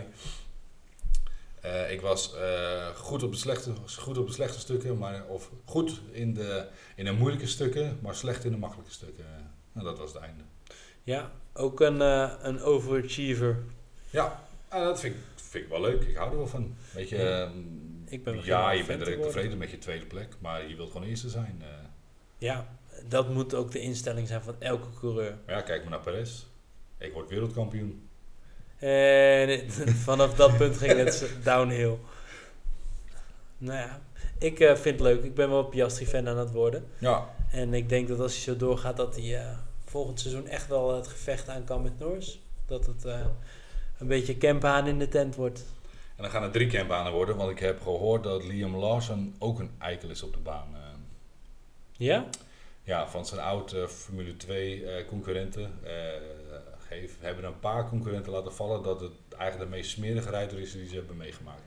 Ik was goed op de slechte stukken, of goed in de moeilijke stukken, maar slecht in de makkelijke stukken. Nou, dat was het einde. Ja, ook een overachiever. Ja, dat vind ik wel leuk. Ik hou er wel van. Weet je, je bent er tevreden met je tweede plek, maar je wilt gewoon eerste zijn. Ja, dat moet ook de instelling zijn van elke coureur. Maar ja, kijk maar naar Perez. Ik word wereldkampioen. En vanaf dat punt ging het downhill. Nou ja, ik vind het leuk. Ik ben wel een Piastri-fan aan het worden. Ja. En ik denk dat als hij zo doorgaat, dat hij volgend seizoen echt wel het gevecht aan kan met Norris. Dat het een beetje campaan in de tent wordt. En dan gaan er 3 campanen worden, want ik heb gehoord dat Liam Lawson ook een eikel is op de baan. Ja? Ja, van zijn oude Formule 2 concurrenten hebben een paar concurrenten laten vallen dat het eigenlijk de meest smerige rijder is die ze hebben meegemaakt.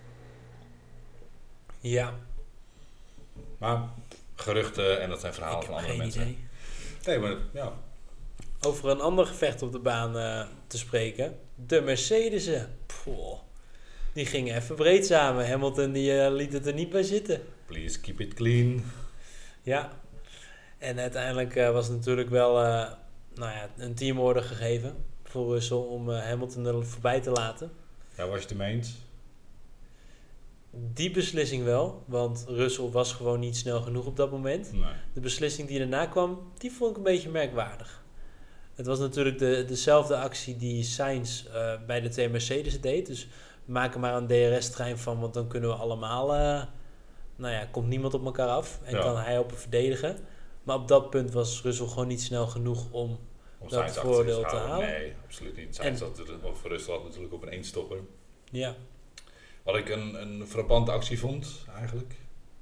Ja. Maar geruchten en dat zijn verhalen van andere mensen. Idee. Nee, maar ja. Over een ander gevecht op de baan te spreken. De Mercedes'en. Die gingen even breed samen. Hamilton die liet het er niet bij zitten. Please keep it clean. Ja. En uiteindelijk was het natuurlijk wel een teamorder gegeven voor Russell om Hamilton er voorbij te laten. Ja, was je het ermee eens? Die beslissing wel, want Russell was gewoon niet snel genoeg op dat moment. Nee. De beslissing die daarna kwam, die vond ik een beetje merkwaardig. Het was natuurlijk dezelfde actie die Sainz bij de 2 Mercedes deed. Dus we maken maar een DRS-trein van, want dan kunnen we allemaal... komt niemand op elkaar af en kan hij op verdedigen. Maar op dat punt was Russell gewoon niet snel genoeg om dat voordeel te halen. Nee, absoluut niet. Sainz Russell had natuurlijk op een eenstopper. Ja. Wat ik een frappante actie vond, eigenlijk.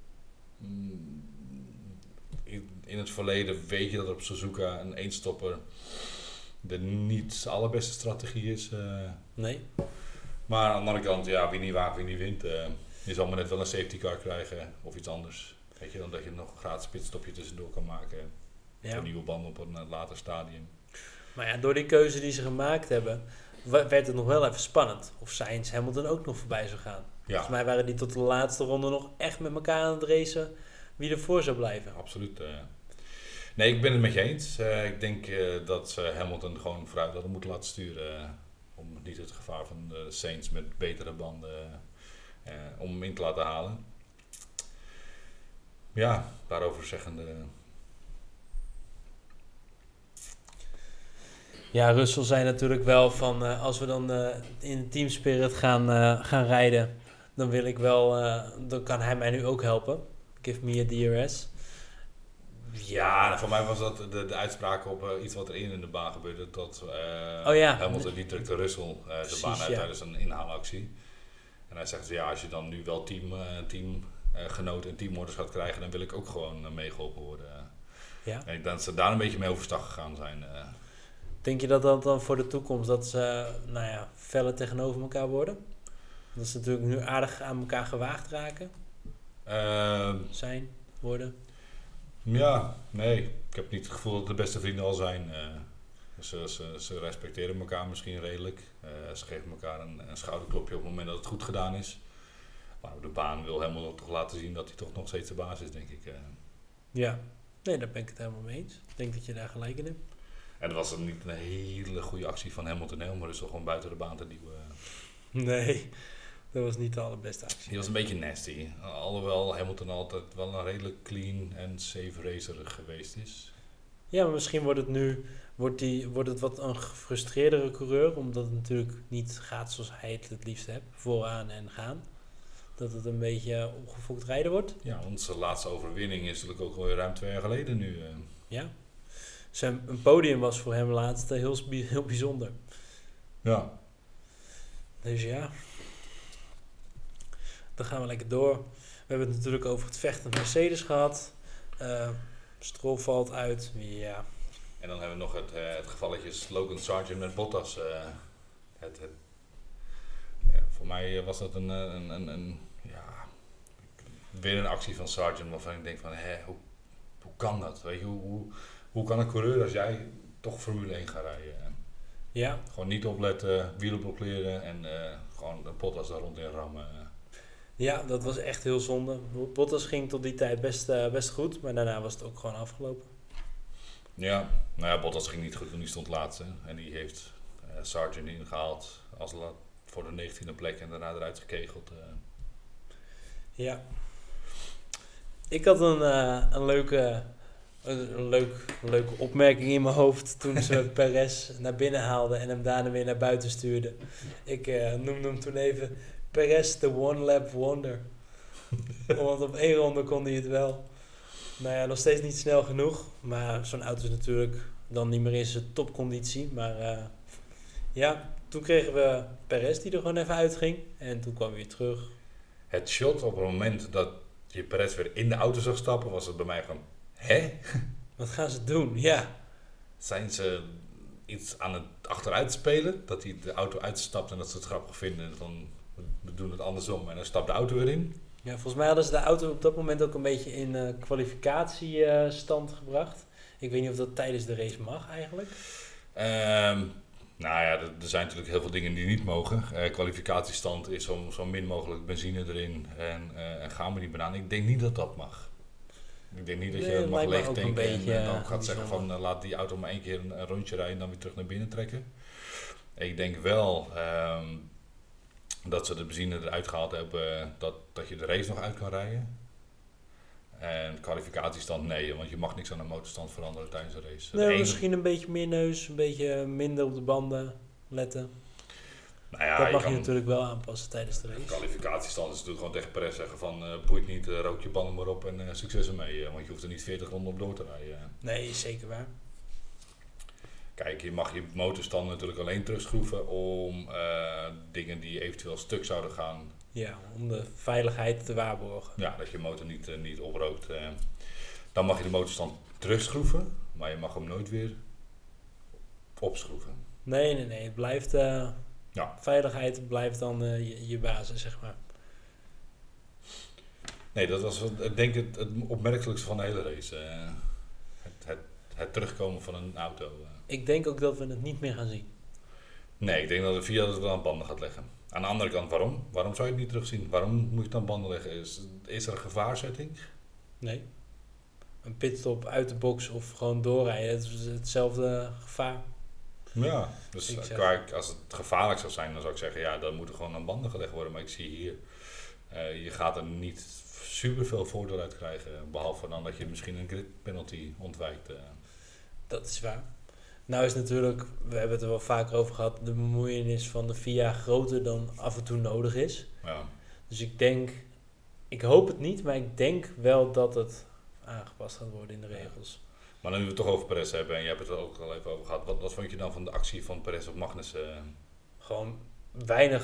In het verleden weet je dat op Suzuka een eenstopper de niet allerbeste strategie is. Nee. Maar aan de andere kant, ja, wie niet waagt, wie niet wint. Je zal maar net wel een safety car krijgen of iets anders. Weet je, dan dat je nog een gratis pitstopje tussendoor kan maken. Ja. Voor nieuwe banden op een later stadium. Maar ja, door die keuze die ze gemaakt hebben, werd het nog wel even spannend. Of Sainz Hamilton ook nog voorbij zou gaan. Ja. Volgens mij waren die tot de laatste ronde nog echt met elkaar aan het racen wie ervoor zou blijven. Absoluut. Nee, ik ben het met je eens. Ik denk dat ze Hamilton gewoon vooruit hadden moeten laten sturen. Om niet het gevaar van de Sainz met betere banden om hem in te laten halen. Ja, daarover zeggende... Ja, Russell zei natuurlijk wel van als we dan in de Team Spirit gaan rijden, dan wil ik wel, dan kan hij mij nu ook helpen. Give me a DRS. Ja, voor mij was dat de uitspraak op iets wat er in de baan gebeurde. Dat Hamilton die drukte Russell de baan uit tijdens een inhaalactie. En hij zegt, ja, als je dan nu wel teamgenoten en teamorders gaat krijgen, dan wil ik ook gewoon meegeholpen worden. Ja. En ik denk dat ze daar een beetje mee overstag gegaan zijn. Denk je dat dat dan voor de toekomst, dat ze feller tegenover elkaar worden? Dat ze natuurlijk nu aardig aan elkaar gewaagd raken? Worden? Ja, nee. Ik heb niet het gevoel dat het de beste vrienden al zijn. Ze respecteren elkaar misschien redelijk. Ze geven elkaar een schouderklopje op het moment dat het goed gedaan is. Maar op de baan wil Hamilton toch laten zien dat hij toch nog steeds de baas is, denk ik. Ja, nee, daar ben ik het helemaal mee eens. Ik denk dat je daar gelijk in hebt. En dat was dan niet een hele goede actie van Hamilton, maar dus toch gewoon buiten de baan te duwen. Nee, dat was niet de allerbeste actie. Die was een beetje nasty. Alhoewel Hamilton altijd wel een redelijk clean en safe racer geweest is. Ja, maar misschien wordt het wat een gefrustreerdere coureur, omdat het natuurlijk niet gaat zoals hij het liefst hebt, vooraan en gaan. Dat het een beetje opgefokt rijden wordt. Ja, want zijn laatste overwinning is natuurlijk ook alweer ruim 2 jaar geleden nu. Ja. Een podium was voor hem laatst heel bijzonder. Ja. Dus ja. Dan gaan we lekker door. We hebben het natuurlijk over het vechten Mercedes gehad. Stroll valt uit. Ja. En dan hebben we nog het gevalletje Logan Sargent met Bottas. Voor mij was dat weer een actie van Sargent waarvan ik denk van, hoe kan dat? Weet je, hoe kan een coureur als jij toch Formule 1 gaat rijden? Ja. Gewoon niet opletten, wielen blokkeren en gewoon de Bottas daar rond in rammen. Ja, dat was echt heel zonde. Bottas ging tot die tijd best goed, maar daarna was het ook gewoon afgelopen. Ja, Bottas ging niet goed, want die stond laatste. En die heeft Sargent ingehaald voor de 19e plek en daarna eruit gekegeld. Ja. Ik had een leuke opmerking in mijn hoofd toen ze Perez naar binnen haalden en hem daarna weer naar buiten stuurden. Ik noemde hem toen even Perez the One Lap Wonder. Want op 1 ronde kon hij het wel. Nou ja, nog steeds niet snel genoeg. Maar zo'n auto is natuurlijk dan niet meer in zijn topconditie. Maar toen kregen we Perez die er gewoon even uitging. En toen kwam hij weer terug. Het shot op het moment dat je Perez weer in de auto zag stappen, was het bij mij van, hè? Wat gaan ze doen? Ja. Zijn ze iets aan het achteruit spelen? Dat hij de auto uitstapt en dat ze het grappig vinden van, we doen het andersom en dan stapt de auto weer in? Ja, volgens mij hadden ze de auto op dat moment ook een beetje in kwalificatiestand gebracht. Ik weet niet of dat tijdens de race mag eigenlijk. Er zijn natuurlijk heel veel dingen die niet mogen. Kwalificatiestand is zo min mogelijk benzine erin en gaan we niet banaan. Ik denk niet dat dat mag. Ik denk niet dat je mag leegtanken en dan gaat zeggen van laat die auto maar 1 keer een rondje rijden en dan weer terug naar binnen trekken. Ik denk wel dat ze de benzine eruit gehaald hebben dat je de race nog uit kan rijden. En kwalificatiestand nee, want je mag niks aan de motorstand veranderen tijdens de race. Nee, misschien een beetje meer neus, een beetje minder op de banden letten. Dat mag je natuurlijk wel aanpassen tijdens de race. Kwalificatiestand is natuurlijk gewoon tegen Perez zeggen van boeit niet, rook je banden maar op en succes ermee. Want je hoeft er niet 40 ronden op door te rijden. Nee, zeker waar. Kijk, je mag je motorstand natuurlijk alleen terugschroeven om dingen die eventueel stuk zouden gaan. Ja, om de veiligheid te waarborgen. Ja, dat je motor niet oprookt. Dan mag je de motorstand terugschroeven, maar je mag hem nooit weer opschroeven. Nee. Het blijft... Veiligheid blijft dan je basis, zeg maar. Nee, dat was denk ik het opmerkelijkste van de hele race. Het terugkomen van een auto. Ik denk ook dat we het niet meer gaan zien. Nee, ik denk dat de VIA het wel aan banden gaat leggen. Aan de andere kant, waarom? Waarom zou je het niet terugzien? Waarom moet je het aan banden leggen? Is er een gevaarzetting? Nee. Een pitstop uit de box of gewoon doorrijden. Het is hetzelfde gevaar. Ja, dus als het gevaarlijk zou zijn, dan zou ik zeggen, ja, dan moet er gewoon aan banden gelegd worden. Maar ik zie hier, je gaat er niet super veel voordeel uit krijgen. Behalve dan dat je misschien een grid penalty ontwijkt. Dat is waar. Nou is natuurlijk, we hebben het er wel vaker over gehad, de bemoeienis van de FIA groter dan af en toe nodig is. Ja. Dus ik hoop het niet, maar ik denk wel dat het aangepast gaat worden in de regels. Maar nu we het toch over Perez hebben, en jij hebt het er ook al even over gehad, wat vond je dan van de actie van Perez op Magnussen? Gewoon weinig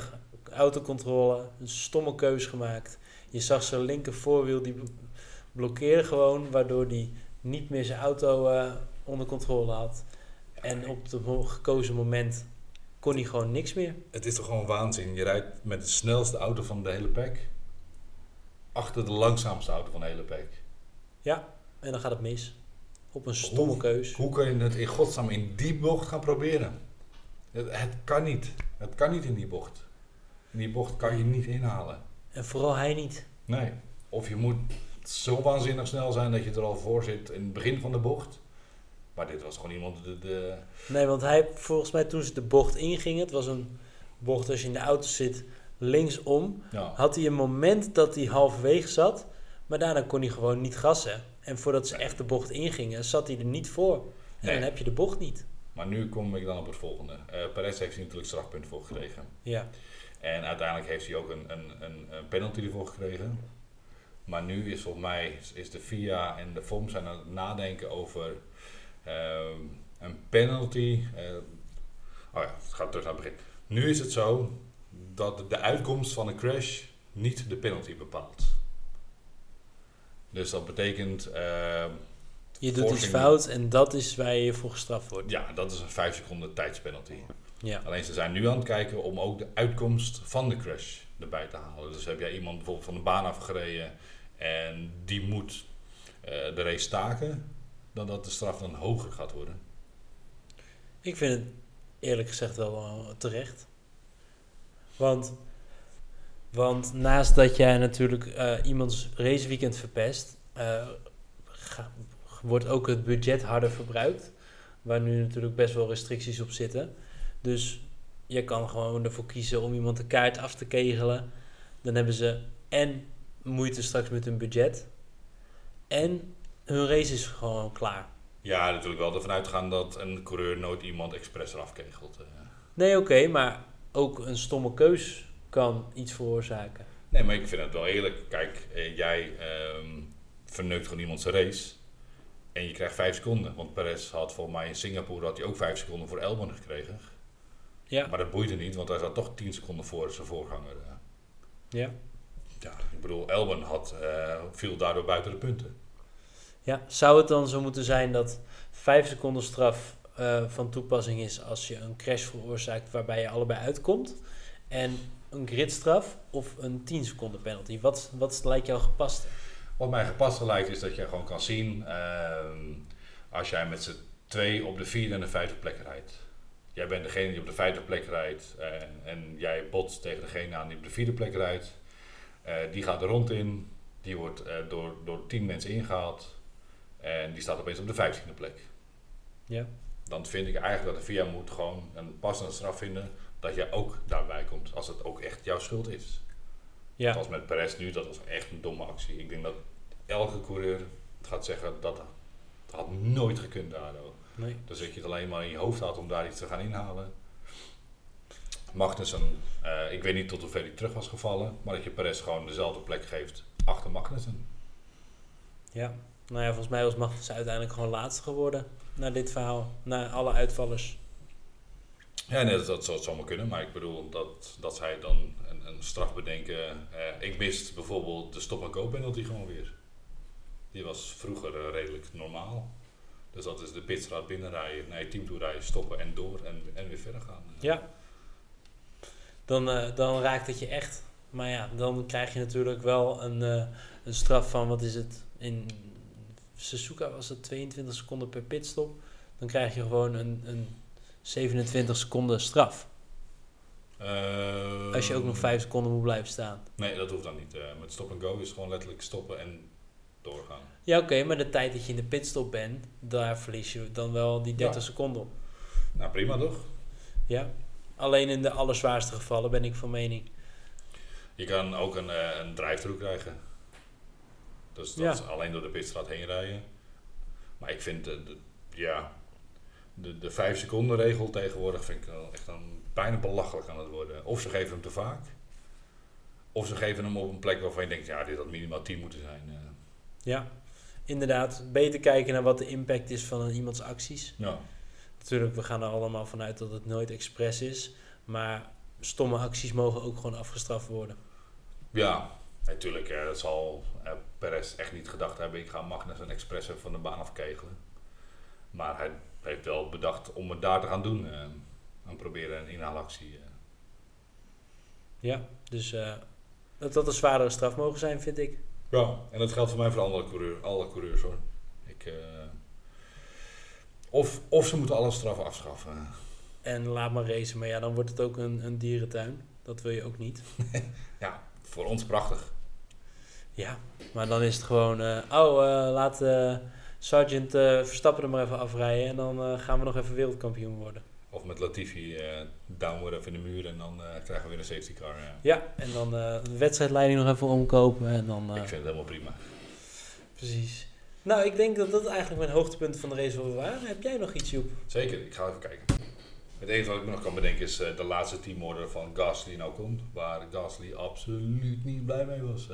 autocontrole, een stomme keus gemaakt. Je zag zijn linker voorwiel, die blokkeerde gewoon, waardoor hij niet meer zijn auto onder controle had. En op het gekozen moment kon hij gewoon niks meer. Het is toch gewoon waanzin. Je rijdt met de snelste auto van de hele pack achter de langzaamste auto van de hele pack. Ja, en dan gaat het mis. Op een stomme keus. Hoe kan je het in godsnaam in die bocht gaan proberen? Het kan niet. Het kan niet in die bocht. In die bocht kan je niet inhalen. En vooral hij niet. Nee. Of je moet zo waanzinnig snel zijn dat je er al voor zit in het begin van de bocht. Maar dit was gewoon iemand de... Nee, want hij, volgens mij toen ze de bocht ingingen, het was een bocht als je in de auto zit, linksom, Ja. had hij een moment dat hij halverwege zat, maar daarna kon hij gewoon niet gassen. En voordat ze echt de bocht ingingen, zat hij er niet voor. En Nee. dan heb je de bocht niet. Maar nu kom ik dan op het volgende. Perez heeft hij natuurlijk strafpunten voor gekregen. Ja. En uiteindelijk heeft hij ook een penalty ervoor gekregen. Maar nu is volgens mij is de FIA en de FOM zijn aan het nadenken over een penalty. Het gaat terug naar het begin. Nu is het zo dat de uitkomst van een crash niet de penalty bepaalt. Dus dat betekent... Je doet iets forcing- fout en dat is waar je voor gestraft wordt. Ja, dat is een 5 seconden tijdspenalty. Ja. Alleen ze zijn nu aan het kijken om ook de uitkomst van de crash erbij te halen. Dus heb jij iemand bijvoorbeeld van de baan afgereden en die moet de race staken, dan dat de straf dan hoger gaat worden. Ik vind het eerlijk gezegd wel terecht. Want naast dat jij natuurlijk iemands raceweekend verpest, wordt ook het budget harder verbruikt. Waar nu natuurlijk best wel restricties op zitten. Dus je kan gewoon ervoor kiezen om iemand de kaart af te kegelen. Dan hebben ze en moeite straks met hun budget. En hun race is gewoon klaar. Ja, natuurlijk wel ervan uitgaan dat een coureur nooit iemand expres eraf kegelt. Nee, oké, maar ook een stomme keus kan iets veroorzaken. Nee, maar ik vind het wel eerlijk. Kijk, jij verneukt gewoon iemand zijn race en je krijgt 5 seconden. Want Perez had volgens mij in Singapore had hij ook 5 seconden voor Albon gekregen. Ja. Maar dat boeide niet, want hij zat toch 10 seconden voor zijn voorganger. Ja. Ja, ik bedoel, Albon viel daardoor buiten de punten. Ja, zou het dan zo moeten zijn dat 5 seconden straf van toepassing is als je een crash veroorzaakt waarbij je allebei uitkomt? En een gridstraf of een 10 seconden penalty? Wat lijkt jou gepast? Wat mij gepast lijkt is dat je gewoon kan zien als jij met z'n 2 op de 4e en de 5e plek rijdt. Jij bent degene die op de 5e plek rijdt en jij botst tegen degene aan die op de 4e plek rijdt. Die gaat de rond in, die wordt door 10 mensen ingehaald en die staat opeens op de 15e plek. Ja. Dan vind ik eigenlijk dat de VIA moet gewoon een passende straf vinden dat jij ook daarbij komt, als het ook echt jouw schuld is. Ja. Zoals met Perez nu, dat was echt een domme actie. Ik denk dat elke coureur gaat zeggen dat had nooit gekund daardoor. Nee. Dus dat je het alleen maar in je hoofd had om daar iets te gaan inhalen. Magnussen, ik weet niet tot hoever hij terug was gevallen, maar dat je Perez gewoon dezelfde plek geeft achter Magnussen. Ja. Nou ja, volgens mij was Magnussen uiteindelijk gewoon laatste geworden na dit verhaal. Na alle uitvallers. Ja, nee, dat zou het zomaar kunnen, maar ik bedoel dat zij dan een straf bedenken. Ik mist bijvoorbeeld de stop-and-go penalty gewoon weer. Die was vroeger redelijk normaal. Dus dat is de pitstraat binnenrijden, naar je team toe rijden, stoppen en door en weer verder gaan. Ja. Dan raakt het je echt. Maar ja, dan krijg je natuurlijk wel een straf van, wat is het? In Suzuka was het 22 seconden per pitstop. Dan krijg je gewoon een 27 seconden straf. Als je ook nog 5 seconden moet blijven staan. Nee, dat hoeft dan niet. Met stop-and-go is gewoon letterlijk stoppen en doorgaan. Ja, oké, maar de tijd dat je in de pitstop bent, daar verlies je dan wel die 30 Ja. seconden op. Nou, prima toch? Ja. Alleen in de allerzwaarste gevallen ben ik van mening. Je kan ook een drive-thru krijgen. Dus dat is alleen door de pitstraat heen rijden. Maar ik vind de 5 seconden regel tegenwoordig vind ik wel echt bijna belachelijk aan het worden. Of ze geven hem te vaak. Of ze geven hem op een plek waarvan je denkt, ja, dit had minimaal 10 moeten zijn. Ja, inderdaad. Beter kijken naar wat de impact is van iemands acties. Ja. Natuurlijk, we gaan er allemaal vanuit dat het nooit expres is. Maar stomme acties mogen ook gewoon afgestraft worden. Ja, natuurlijk. Dat zal Perez echt niet gedacht hebben. Ik ga Magnus en expres van de baan afkegelen. Maar hij heeft wel bedacht om het daar te gaan doen. En proberen een inhaalactie. Ja, dus dat had een zwaardere straf mogen zijn, vind ik. Ja, en dat geldt voor mij voor alle coureurs hoor. Of ze moeten alle straffen afschaffen. En laat maar racen, maar ja, dan wordt het ook een dierentuin. Dat wil je ook niet. Ja, voor ons prachtig. Ja, maar dan is het gewoon... laat Sargent Verstappen er maar even afrijden en dan gaan we nog even wereldkampioen worden. Of met Latifi downward even in de muur en dan krijgen we weer een safety car. Ja, ja en dan de wedstrijdleiding nog even omkopen en dan... ik vind het helemaal prima. Precies. Nou, ik denk dat dat eigenlijk mijn hoogtepunten van de race wel waren. Heb jij nog iets, Joep? Zeker, ik ga even kijken. Het enige wat ik me nog kan bedenken is de laatste teamorder van Gasly en Ocon, waar Gasly absoluut niet blij mee was.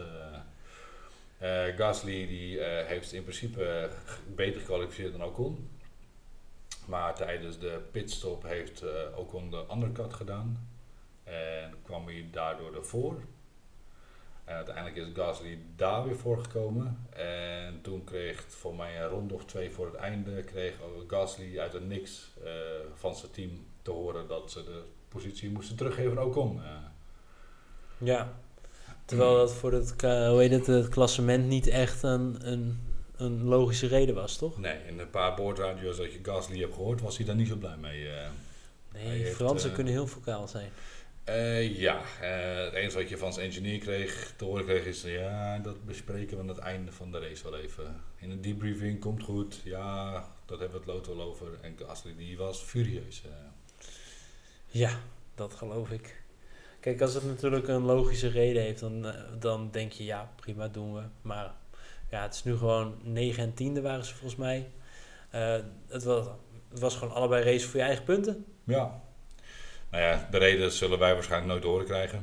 Gasly die heeft in principe beter gekwalificeerd dan Ocon. Maar tijdens de pitstop heeft Ocon de undercut gedaan. En kwam hij daardoor ervoor. En uiteindelijk is Gasly daar weer voor gekomen. En toen kreeg voor mij een ronde of 2 voor het einde, kreeg Gasly uit het niks van zijn team te horen dat ze de positie moesten teruggeven aan Ocon. Ja, terwijl dat voor het klassement niet echt een logische reden was, toch? Nee, in een paar boordradio's dat je Gasly hebt gehoord, was hij daar niet zo blij mee. Nee, Fransen kunnen heel vocaal zijn. Het enige wat je van zijn engineer te horen kreeg is, ja, dat bespreken we aan het einde van de race wel even. In een debriefing komt goed, ja, dat hebben we het lood wel over. En Gasly die was furieus. Ja, dat geloof ik. Kijk, als het natuurlijk een logische reden heeft, dan denk je, ja, prima, doen we. Maar ja, het is nu gewoon 9 en 10e waren ze volgens mij. Het was gewoon allebei race voor je eigen punten. Ja. Nou ja, de reden zullen wij waarschijnlijk nooit te horen krijgen.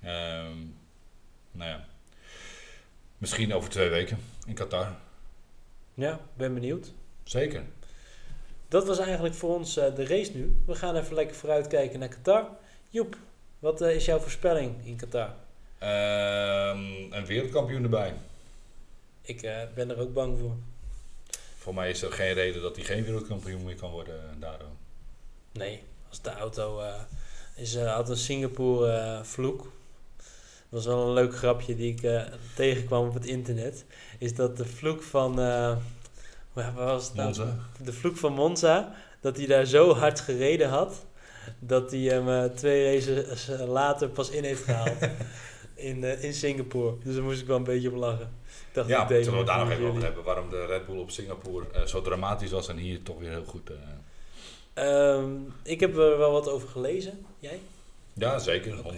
Misschien over 2 weken in Qatar. Ja, ben benieuwd. Zeker. Dat was eigenlijk voor ons de race nu. We gaan even lekker vooruitkijken naar Qatar. Joep, wat is jouw voorspelling in Qatar? Een wereldkampioen erbij. Ik ben er ook bang voor. Voor mij is er geen reden dat hij geen wereldkampioen meer kan worden daardoor. Nee, als de auto had een Singapore vloek. Dat was wel een leuk grapje die ik tegenkwam op het internet. Is dat de vloek van... waar was het nou? Monza. De vloek van Monza. Dat hij daar zo hard gereden had. Dat hij hem 2 races later pas in heeft gehaald. in Singapore. Dus daar moest ik wel een beetje op lachen. Ik dacht, Ja, zullen we daar nog even over hebben. Waarom de Red Bull op Singapore zo dramatisch was en hier toch weer heel goed. Ik heb er wel wat over gelezen. Jij? Ja, zeker. 100%.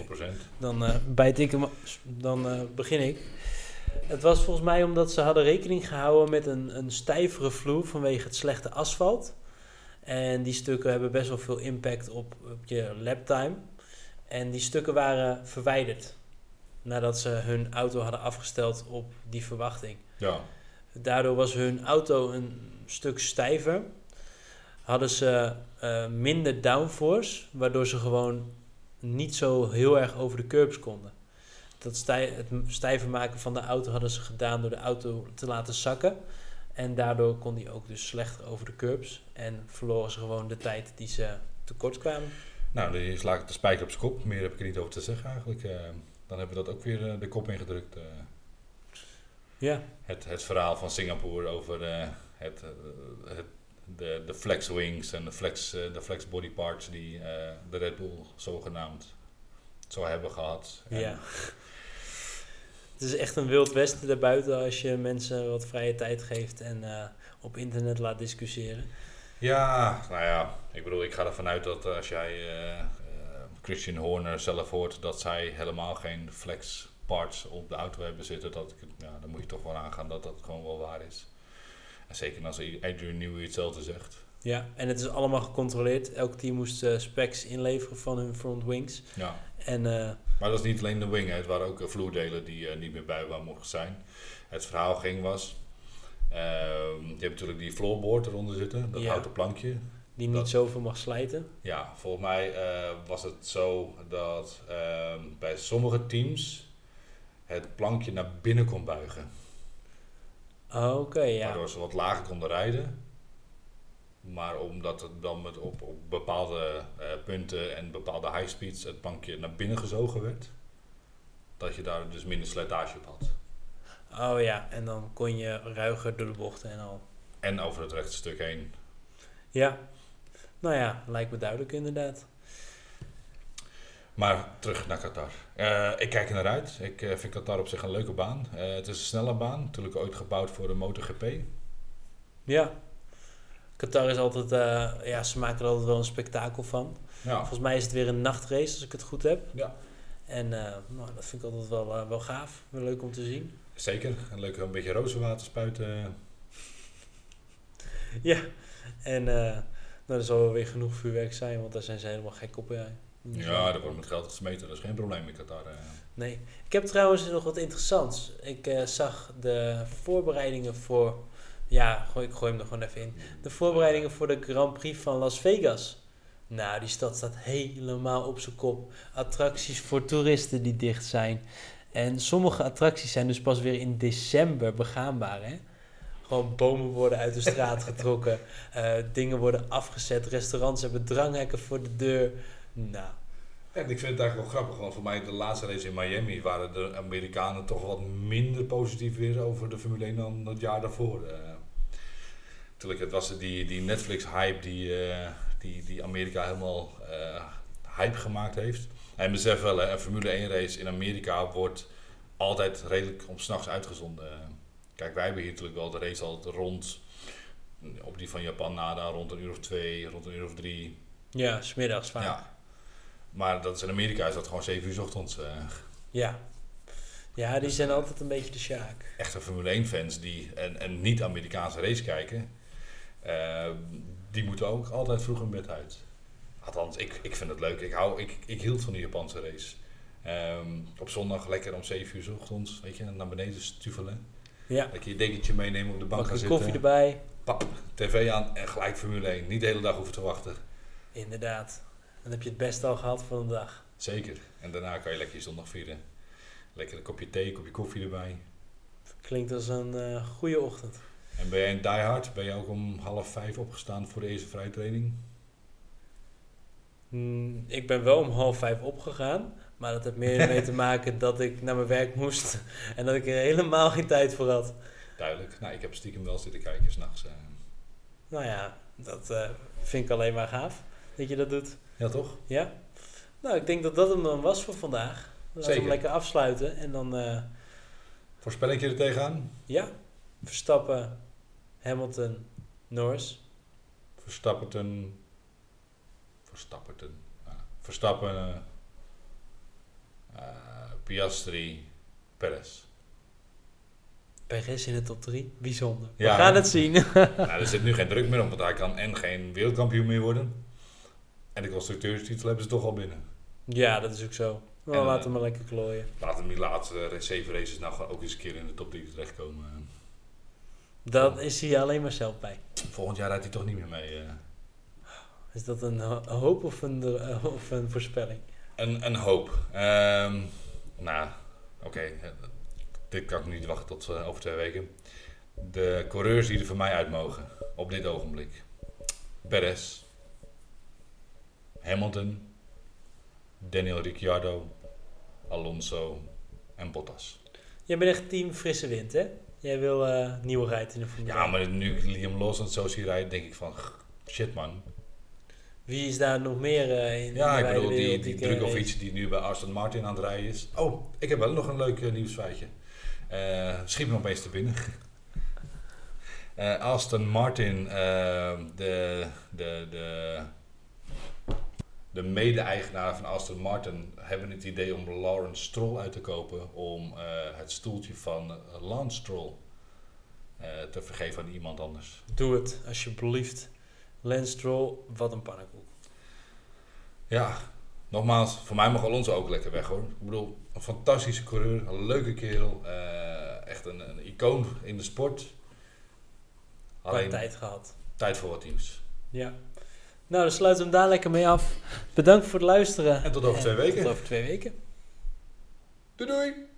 Dan begin ik. Het was volgens mij omdat ze hadden rekening gehouden met een stijvere vloer vanwege het slechte asfalt. En die stukken hebben best wel veel impact op je laptime. En die stukken waren verwijderd nadat ze hun auto hadden afgesteld op die verwachting. Ja. Daardoor was hun auto een stuk stijver. Hadden ze minder downforce, waardoor ze gewoon niet zo heel erg over de curbs konden. Het stijver maken van de auto hadden ze gedaan door de auto te laten zakken. En daardoor kon die ook dus slechter over de curbs. En verloren ze gewoon de tijd die ze tekort kwamen. Nou, die sla ik de spijker op zijn kop. Meer heb ik er niet over te zeggen eigenlijk. Dan hebben we dat ook weer de kop ingedrukt. Ja. Het verhaal van Singapore over de flex wings en de flex body parts die de Red Bull zogenaamd zou hebben gehad. Ja. Het is echt een wild westen daarbuiten als je mensen wat vrije tijd geeft en op internet laat discussiëren. Ja, nou ja, ik bedoel, ik ga ervan uit dat als jij Christian Horner zelf hoort dat zij helemaal geen flex parts op de auto hebben zitten, dan moet je toch wel aangaan dat dat gewoon wel waar is. En zeker als Adrian Newey hetzelfde zegt. Ja, en het is allemaal gecontroleerd. Elk team moest specs inleveren van hun front wings. Ja. Maar dat is niet alleen de wing, het waren ook vloerdelen die niet meer buigbaar mochten zijn. Het verhaal je hebt natuurlijk die floorboard eronder zitten, dat houten plankje. Die niet zoveel mag slijten. Ja, volgens mij was het zo dat bij sommige teams het plankje naar binnen kon buigen. Oké, ja. Waardoor ze wat lager konden rijden. Maar omdat het dan op bepaalde punten en bepaalde high speeds het plankje naar binnen gezogen werd. Dat je daar dus minder slijtage op had. Oh ja, en dan kon je ruiger door de bochten en al. En over het rechte stuk heen. Ja, nou ja, lijkt me duidelijk inderdaad. Maar terug naar Qatar. Ik kijk er naar uit. Ik vind Qatar op zich een leuke baan. Het is een snelle baan. Natuurlijk ooit gebouwd voor de MotoGP. Ja, Qatar is altijd, ze maken er altijd wel een spektakel van. Ja. Volgens mij is het weer een nachtrace, als ik het goed heb. Ja. En dat vind ik altijd wel gaaf. Wel leuk om te zien. Zeker. En leuk een beetje rozenwater spuiten. Ja, en er zal wel weer genoeg vuurwerk zijn, want daar zijn ze helemaal gek op. Ja, er wordt met geld gesmeten. Dat is geen probleem in Qatar. Nee. Ik heb trouwens nog wat interessants. Ik zag de voorbereidingen voor... Ja, ik gooi hem er gewoon even in. De voorbereidingen voor de Grand Prix van Las Vegas. Nou, die stad staat helemaal op zijn kop. Attracties voor toeristen die dicht zijn. En sommige attracties zijn dus pas weer in december begaanbaar, hè? Gewoon bomen worden uit de straat getrokken. Dingen worden afgezet. Restaurants hebben dranghekken voor de deur. Nou. Ja, ik vind het eigenlijk wel grappig. Want voor mij de laatste race in Miami waren de Amerikanen toch wat minder positief weer over de Formule 1 dan het jaar daarvoor. Natuurlijk, het was die Netflix-hype die Amerika helemaal hype gemaakt heeft. En besef wel, een Formule 1 race in Amerika wordt altijd redelijk om 's nachts uitgezonden. Kijk, wij hebben hier natuurlijk wel de race al rond, op die van Japan nada, rond een uur of 2, rond een uur of 3. Ja, 's middags vaak. Ja. Maar dat is in Amerika is dat gewoon 7 uur 's ochtends. Ja. Ja, die zijn altijd een beetje de sjaak. Echte Formule 1 fans die een niet-Amerikaanse race kijken, die moeten ook altijd vroeg in bed uit. Althans, ik vind het leuk. Ik hield van die Japanse race. Op zondag lekker om 7 uur 's ochtends, weet je, naar beneden stuvelen. Ja. Lekker je dekentje meenemen op de bank gaan zitten. Koffie erbij. Pap, tv aan en gelijk Formule 1. Niet de hele dag hoeven te wachten. Inderdaad. Dan heb je het best al gehad voor een dag. Zeker. En daarna kan je lekker je zondag vieren. Lekker een kopje thee, een kopje koffie erbij. Klinkt als een goede ochtend. En ben jij een diehard? Ben je ook om 4:30 opgestaan voor de eerste vrijtraining? Ik ben wel om 4:30 opgegaan. Maar dat heeft meer mee te maken dat ik naar mijn werk moest. En dat ik er helemaal geen tijd voor had. Duidelijk. Nou, ik heb stiekem wel zitten kijken s'nachts. Nou ja, dat vind ik alleen maar gaaf. Dat je dat doet. Ja, toch? Ja. Nou, ik denk dat dat hem dan was voor vandaag. Laten we hem lekker afsluiten. En dan... Voorspelling er tegenaan? Ja. Verstappen, Hamilton, Norris. Verstappen, Piastri, Perez. Perez in de top 3. Bijzonder. Ja, we gaan het zien. Nou, er zit nu geen druk meer op, want hij kan en geen wereldkampioen meer worden. En de constructeurstitel hebben ze toch al binnen. Ja, dat is ook zo. Nou, laten we maar lekker klooien. Laten hem die laatste 7 races nou gewoon ook eens een keer in de top 3 terechtkomen. Dat is hij alleen maar zelf bij. Volgend jaar rijdt hij toch niet meer mee. Is dat een hoop of een voorspelling? Een hoop. Oké. Dit kan ik niet wachten tot over 2 weken. De coureurs die er voor mij uit mogen op dit ogenblik. Perez, Hamilton, Daniel Ricciardo, Alonso en Bottas. Jij bent echt team frisse wind, hè? Jij wil nieuwigheid in de Formule 1. Ja, maar nu ik Liam Lawson zo zie rijden, denk ik van shit man. Wie is daar nog meer in? Ja, ik bedoel die Drugovic die nu bij Aston Martin aan het rijden is. Oh, ik heb wel nog een leuk nieuwsfeitje. Schiet me opeens te binnen. Aston Martin, de mede-eigenaar van Aston Martin hebben het idee om Lawrence Stroll uit te kopen om het stoeltje van Lance Stroll te vergeven aan iemand anders. Doe het, alsjeblieft. Lance Stroll, wat een pannenkoek. Ja, nogmaals, voor mij mag Alonso ook lekker weg hoor. Ik bedoel, een fantastische coureur, een leuke kerel, echt een icoon in de sport. Alleen tijd gehad. Tijd voor wat teams. Ja. Nou, dan sluiten we hem daar lekker mee af. Bedankt voor het luisteren. En tot over 2 weken. Tot over 2 weken. Doei doei!